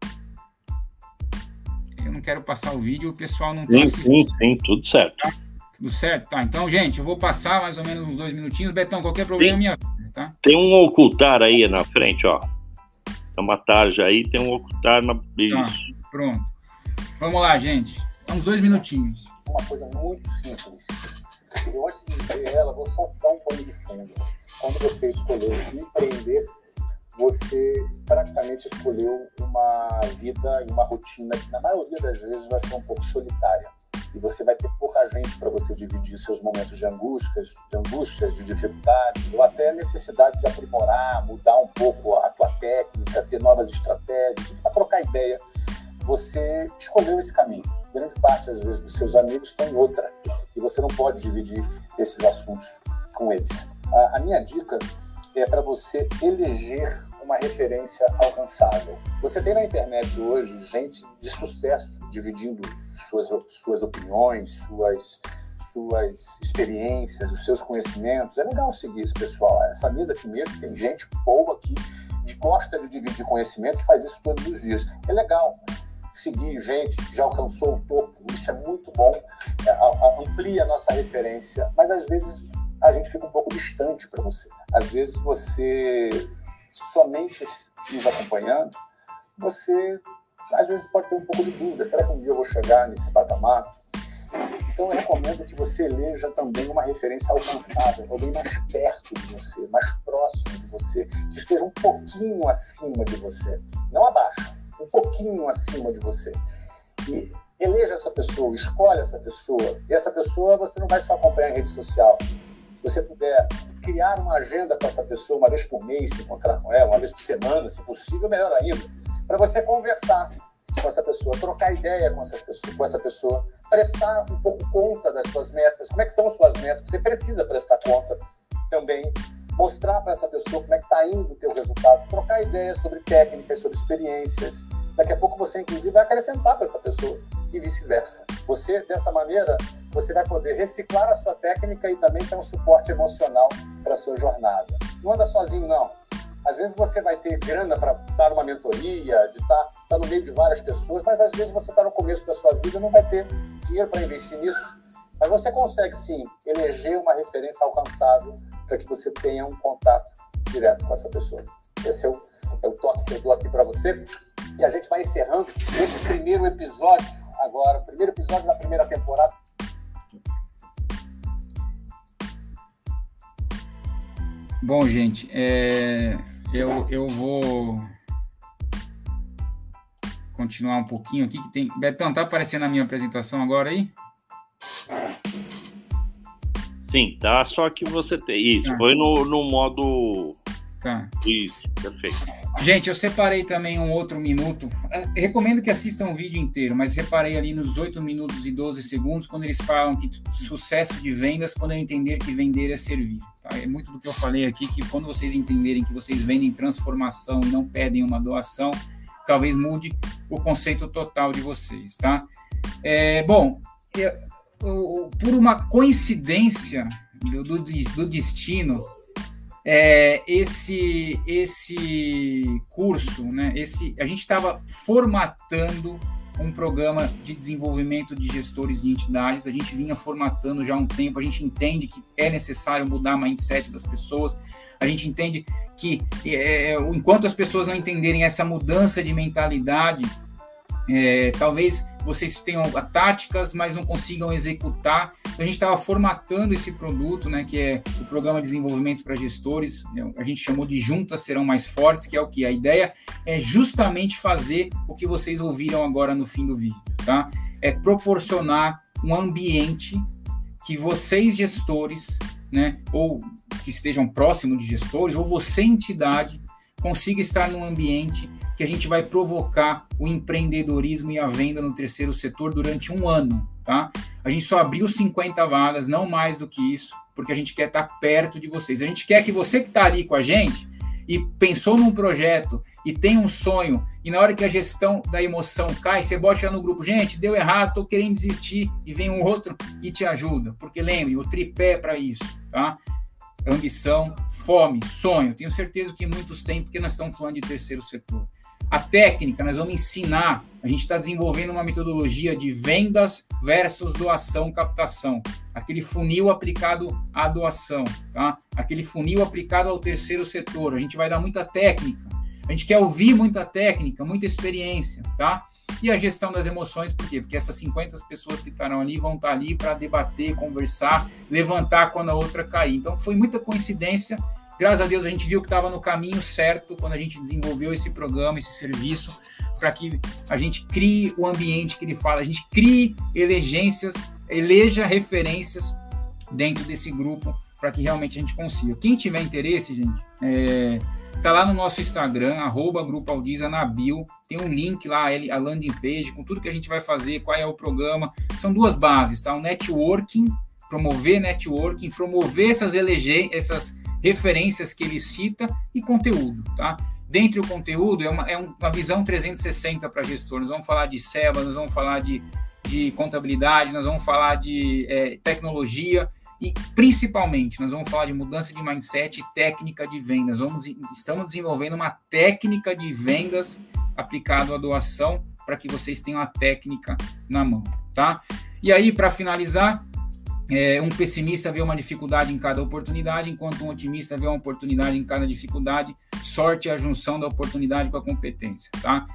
não quero passar o vídeo, o pessoal não está assistindo. Sim, tudo certo. Tá? Tudo certo? Tá, então, gente, eu vou passar mais ou menos uns 2 minutinhos. Betão, qualquer problema, minha vida, tá? Tem um ocultar aí na frente, ó. Tem uma tarja aí, tem um ocultar na... Tá, pronto. Vamos lá, gente. Uns 2 minutinhos. Uma coisa muito simples. Eu, antes de dizer ela, vou só dar um pano de fundo. Quando você escolheu empreender, você praticamente escolheu uma vida e uma rotina que, na maioria das vezes, vai ser um pouco solitária. E você vai ter pouca gente para você dividir seus momentos de angústias, de dificuldades, ou até a necessidade de aprimorar, mudar um pouco a tua técnica, ter novas estratégias, para trocar ideia. Você escolheu esse caminho. Grande parte, às vezes, dos seus amigos estão em outra. E você não pode dividir esses assuntos com eles. A minha dica é para você eleger uma referência alcançável. Você tem na internet hoje gente de sucesso dividindo suas opiniões, suas experiências, os seus conhecimentos. É legal seguir esse pessoal. Essa mesa aqui mesmo tem gente boa aqui que gosta de dividir conhecimento e faz isso todos os dias. É legal seguir gente que já alcançou o topo. Isso é muito bom. Amplia a nossa referência, mas às vezes a gente fica um pouco distante para você. Às vezes você somente nos acompanhando, você às vezes pode ter um pouco de dúvida. Será que um dia eu vou chegar nesse patamar? Então eu recomendo que você eleja também uma referência alcançável, alguém mais perto de você, mais próximo de você, que esteja um pouquinho acima de você, não abaixo, um pouquinho acima de você. E eleja essa pessoa, escolhe essa pessoa, e essa pessoa você não vai só acompanhar em rede social. Se você puder criar uma agenda com essa pessoa, uma vez por mês, se encontrar com ela, uma vez por semana, se possível, melhor ainda, para você conversar com essa pessoa, trocar ideia com essa pessoa, prestar um pouco conta das suas metas. Como é que estão as suas metas? Você precisa prestar conta também, mostrar para essa pessoa como é que está indo o teu resultado, trocar ideias sobre técnicas, sobre experiências. Daqui a pouco você, inclusive, vai acrescentar para essa pessoa e vice-versa. Você, dessa maneira, você vai poder reciclar a sua técnica e também ter um suporte emocional para a sua jornada. Não anda sozinho, não. Às vezes você vai ter grana para estar numa mentoria, de estar no meio de várias pessoas, mas às vezes você está no começo da sua vida e não vai ter dinheiro para investir nisso. Mas você consegue, sim, eleger uma referência alcançável para que você tenha um contato direto com essa pessoa. Esse é o toque que eu dou aqui para você. E a gente vai encerrando esse primeiro episódio agora, o primeiro episódio da primeira temporada. Bom, gente, eu vou continuar um pouquinho aqui. Que tem... Betão, tá aparecendo a minha apresentação agora aí? Sim, tá. Só que você tem isso. Foi no modo... Tá. Isso, perfeito. Gente, eu separei também um outro minuto. Eu recomendo que assistam o vídeo inteiro, mas separei ali nos 8 minutos e 12 segundos, quando eles falam que sucesso de vendas, quando eu entender que vender é servir. Tá? É muito do que eu falei aqui, que quando vocês entenderem que vocês vendem transformação e não pedem uma doação, talvez mude o conceito total de vocês, tá? Bom, por uma coincidência do destino, esse curso, né, a gente estava formatando um programa de desenvolvimento de gestores de entidades. A gente vinha formatando já há um tempo. A gente entende que é necessário mudar o mindset das pessoas. A gente entende que enquanto as pessoas não entenderem essa mudança de mentalidade, talvez vocês tenham táticas, mas não consigam executar. Então, a gente estava formatando esse produto, né, que é o Programa de Desenvolvimento para Gestores. A gente chamou de Juntas Serão Mais Fortes, que é o que? A ideia é justamente fazer o que vocês ouviram agora no fim do vídeo, tá? É proporcionar um ambiente que vocês, gestores, né, ou que estejam próximos de gestores, ou você, entidade, consiga estar num ambiente que a gente vai provocar o empreendedorismo e a venda no terceiro setor durante um ano, tá? A gente só abriu 50 vagas, não mais do que isso, porque a gente quer estar perto de vocês. A gente quer que você que está ali com a gente e pensou num projeto e tem um sonho, e na hora que a gestão da emoção cai, você bota lá no grupo, gente, deu errado, estou querendo desistir, e vem um outro e te ajuda. Porque lembre, o tripé é para isso, tá? Ambição, fome, sonho. Tenho certeza que muitos têm, porque nós estamos falando de terceiro setor. A técnica, nós vamos ensinar, a gente está desenvolvendo uma metodologia de vendas versus doação, captação. Aquele funil aplicado à doação, tá? Aquele funil aplicado ao terceiro setor. A gente vai dar muita técnica. A gente quer ouvir muita técnica, muita experiência, tá? E a gestão das emoções, por quê? Porque essas 50 pessoas que estarão ali vão estar ali para debater, conversar, levantar quando a outra cair. Então, foi muita coincidência. Graças a Deus, a gente viu que estava no caminho certo quando a gente desenvolveu esse programa, esse serviço, para que a gente crie o ambiente que ele fala, a gente crie eleja referências dentro desse grupo, para que realmente a gente consiga. Quem tiver interesse, gente, tá lá no nosso Instagram, @Grupo Aldiza, na bio, tem um link lá, a landing page, com tudo que a gente vai fazer, qual é o programa. São duas bases, tá? O networking, promover essas referências que ele cita, e conteúdo, tá? Dentre o conteúdo, é uma visão 360 para gestor. Nós vamos falar de SEBA, nós vamos falar de contabilidade, nós vamos falar de tecnologia, e principalmente nós vamos falar de mudança de mindset e técnica de vendas. Estamos desenvolvendo uma técnica de vendas aplicado à doação, para que vocês tenham a técnica na mão, tá? E aí, para finalizar, um pessimista vê uma dificuldade em cada oportunidade, enquanto um otimista vê uma oportunidade em cada dificuldade. Sorte é a junção da oportunidade com a competência, tá?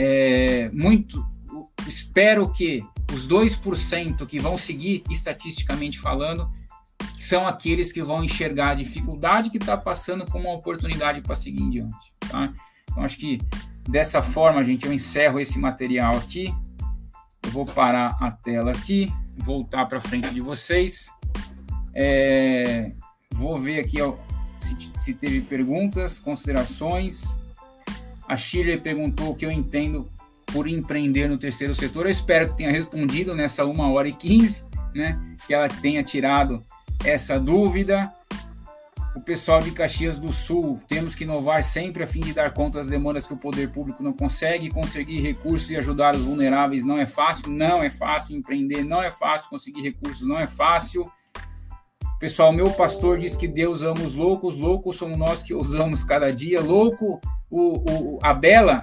Espero que os 2% que vão seguir, estatisticamente falando, são aqueles que vão enxergar a dificuldade que está passando como uma oportunidade para seguir em diante, tá? Então, acho que dessa forma, gente, eu encerro esse material aqui. Eu vou parar a tela aqui, voltar para frente de vocês. Vou ver aqui se teve perguntas, considerações. A Shirley perguntou o que eu entendo por empreender no terceiro setor. Eu espero que tenha respondido nessa 1h15, né? Que ela tenha tirado essa dúvida. O pessoal de Caxias do Sul, temos que inovar sempre a fim de dar conta das demandas que o poder público não consegue. Conseguir recursos e ajudar os vulneráveis não é fácil. Empreender não é fácil, conseguir recursos não é fácil. Pessoal, meu pastor diz que Deus ama os loucos somos nós que usamos cada dia. Louco, a Bela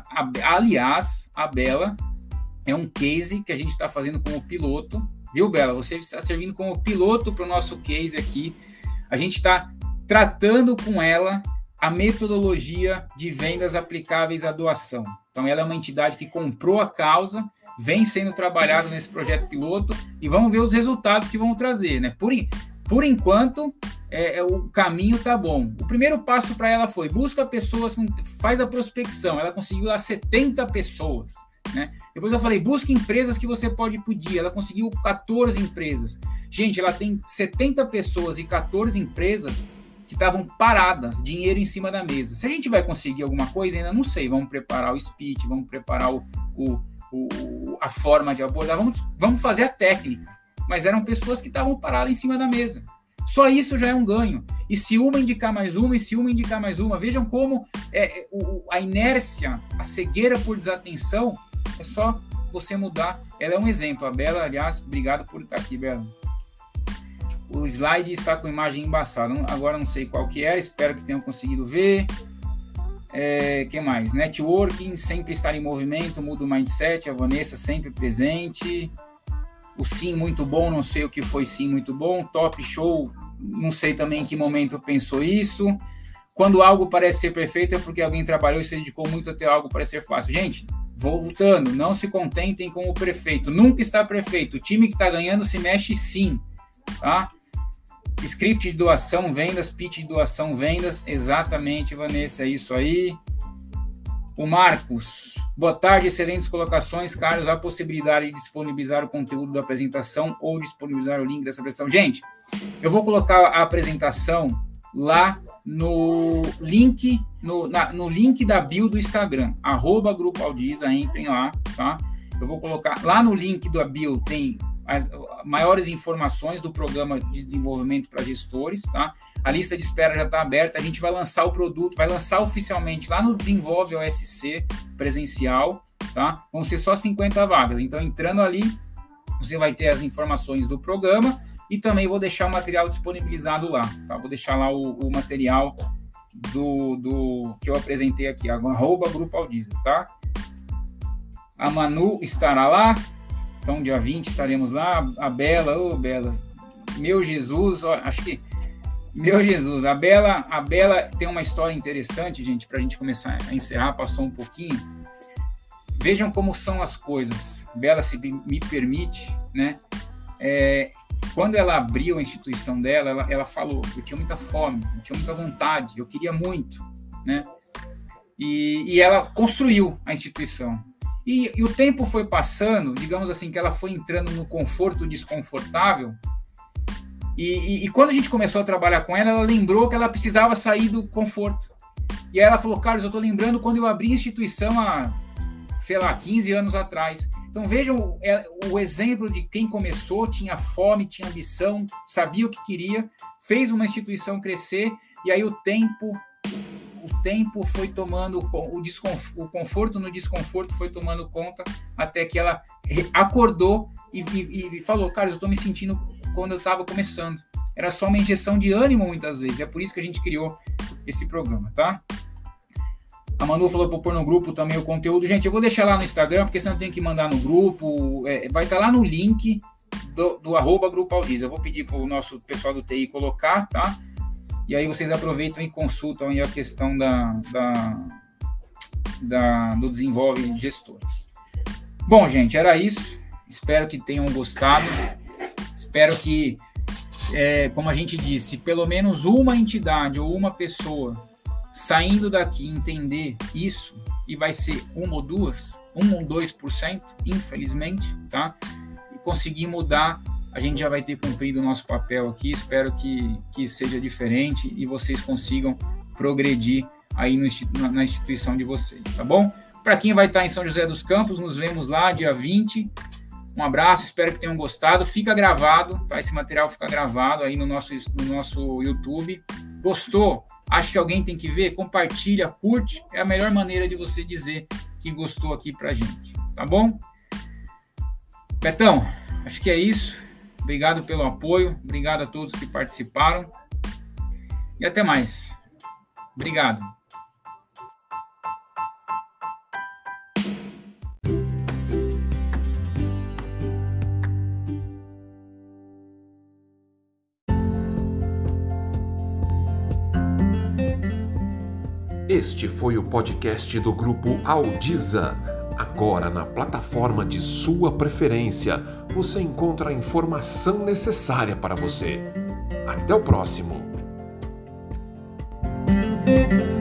é um case que a gente está fazendo como piloto, viu, Bela? Você está servindo como piloto para o nosso case aqui. A gente está tratando com ela a metodologia de vendas aplicáveis à doação. Então, ela é uma entidade que comprou a causa, vem sendo trabalhado nesse projeto piloto, e vamos ver os resultados que vão trazer, né? Por enquanto, o caminho tá bom. O primeiro passo para ela foi: busca pessoas, faz a prospecção. Ela conseguiu lá 70 pessoas, né? Depois eu falei: busca empresas que você pode pedir. Ela conseguiu 14 empresas. Gente, ela tem 70 pessoas e 14 empresas que estavam paradas, dinheiro em cima da mesa. Se a gente vai conseguir alguma coisa, ainda não sei. Vamos preparar o speech, vamos preparar a forma de abordar, vamos fazer a técnica. Mas eram pessoas que estavam paradas em cima da mesa. Só isso já é um ganho. E se uma indicar mais uma, vejam como a inércia, a cegueira por desatenção, é só você mudar. Ela é um exemplo. A Bela, aliás, obrigado por estar aqui, Bela. O slide está com imagem embaçada. Agora não sei qual que era, espero que tenham conseguido ver. Que mais? Networking, sempre estar em movimento, muda o mindset. A Vanessa sempre presente. O sim muito bom, não sei o que foi sim muito bom. Top show, não sei também em que momento pensou isso. Quando algo parece ser perfeito é porque alguém trabalhou e se dedicou muito até algo parecer fácil. Gente, voltando, não se contentem com o perfeito. Nunca está perfeito. O time que está ganhando se mexe sim, tá? Script de doação, vendas, pitch de doação, vendas. Exatamente, Vanessa, é isso aí. O Marcos, boa tarde, excelentes colocações, Carlos. A possibilidade de disponibilizar o conteúdo da apresentação ou disponibilizar o link dessa apresentação. Gente, eu vou colocar a apresentação lá no link, no link da bio do Instagram, @Grupo Aldiza, entrem lá, tá? Eu vou colocar lá no link da bio, tem as maiores informações do programa de desenvolvimento para gestores, tá? A lista de espera já está aberta, a gente vai lançar o produto, vai lançar oficialmente lá no Desenvolve OSC presencial, tá? Vão ser só 50 vagas, então entrando ali, você vai ter as informações do programa e também vou deixar o material disponibilizado lá, tá? Vou deixar lá o material do que eu apresentei aqui, @Grupo Aldiza, tá? A Manu estará lá. Então, dia 20 estaremos lá. A Bela, Bela, meu Jesus, acho que, meu Jesus, a Bela tem uma história interessante, gente, para a gente começar a encerrar, passou um pouquinho. Vejam como são as coisas. Bela, se me permite, né? Quando ela abriu a instituição dela, ela falou, eu tinha muita fome, eu tinha muita vontade, eu queria muito, né? E ela construiu a instituição. E o tempo foi passando, digamos assim, que ela foi entrando no conforto desconfortável. E quando a gente começou a trabalhar com ela, ela lembrou que ela precisava sair do conforto. E aí ela falou, Carlos, eu estou lembrando quando eu abri a instituição há, sei lá, 15 anos atrás. Então vejam o exemplo de quem começou, tinha fome, tinha ambição, sabia o que queria, fez uma instituição crescer, e aí o tempo foi tomando, o conforto no desconforto foi tomando conta, até que ela acordou e falou, cara, eu estou me sentindo quando eu estava começando. Era só uma injeção de ânimo muitas vezes, é por isso que a gente criou esse programa, tá? A Manu falou para pôr no grupo também o conteúdo. Gente, eu vou deixar lá no Instagram, porque senão eu tenho que mandar no grupo. Vai estar lá no link do @Grupo Aldiza. Eu vou pedir para o nosso pessoal do TI colocar, tá? E aí vocês aproveitam e consultam aí a questão do Desenvolve de Gestores. Bom, gente, era isso. Espero que tenham gostado. Espero que, como a gente disse, pelo menos uma entidade ou uma pessoa saindo daqui entender isso, e vai ser 1 ou 2, 1 ou 2%, infelizmente, tá? E conseguir mudar, a gente já vai ter cumprido o nosso papel aqui. Espero que seja diferente e vocês consigam progredir aí na instituição de vocês, tá bom? Para quem vai estar em São José dos Campos, nos vemos lá dia 20. Um abraço, espero que tenham gostado. Fica gravado, tá? Esse material fica gravado aí no nosso YouTube. Gostou? Acho que alguém tem que ver? Compartilha, curte. É a melhor maneira de você dizer que gostou aqui pra gente, tá bom? Betão, acho que é isso. Obrigado pelo apoio. Obrigado a todos que participaram. E até mais. Obrigado. Este foi o podcast do Grupo Aldiza. Agora, na plataforma de sua preferência, você encontra a informação necessária para você. Até o próximo!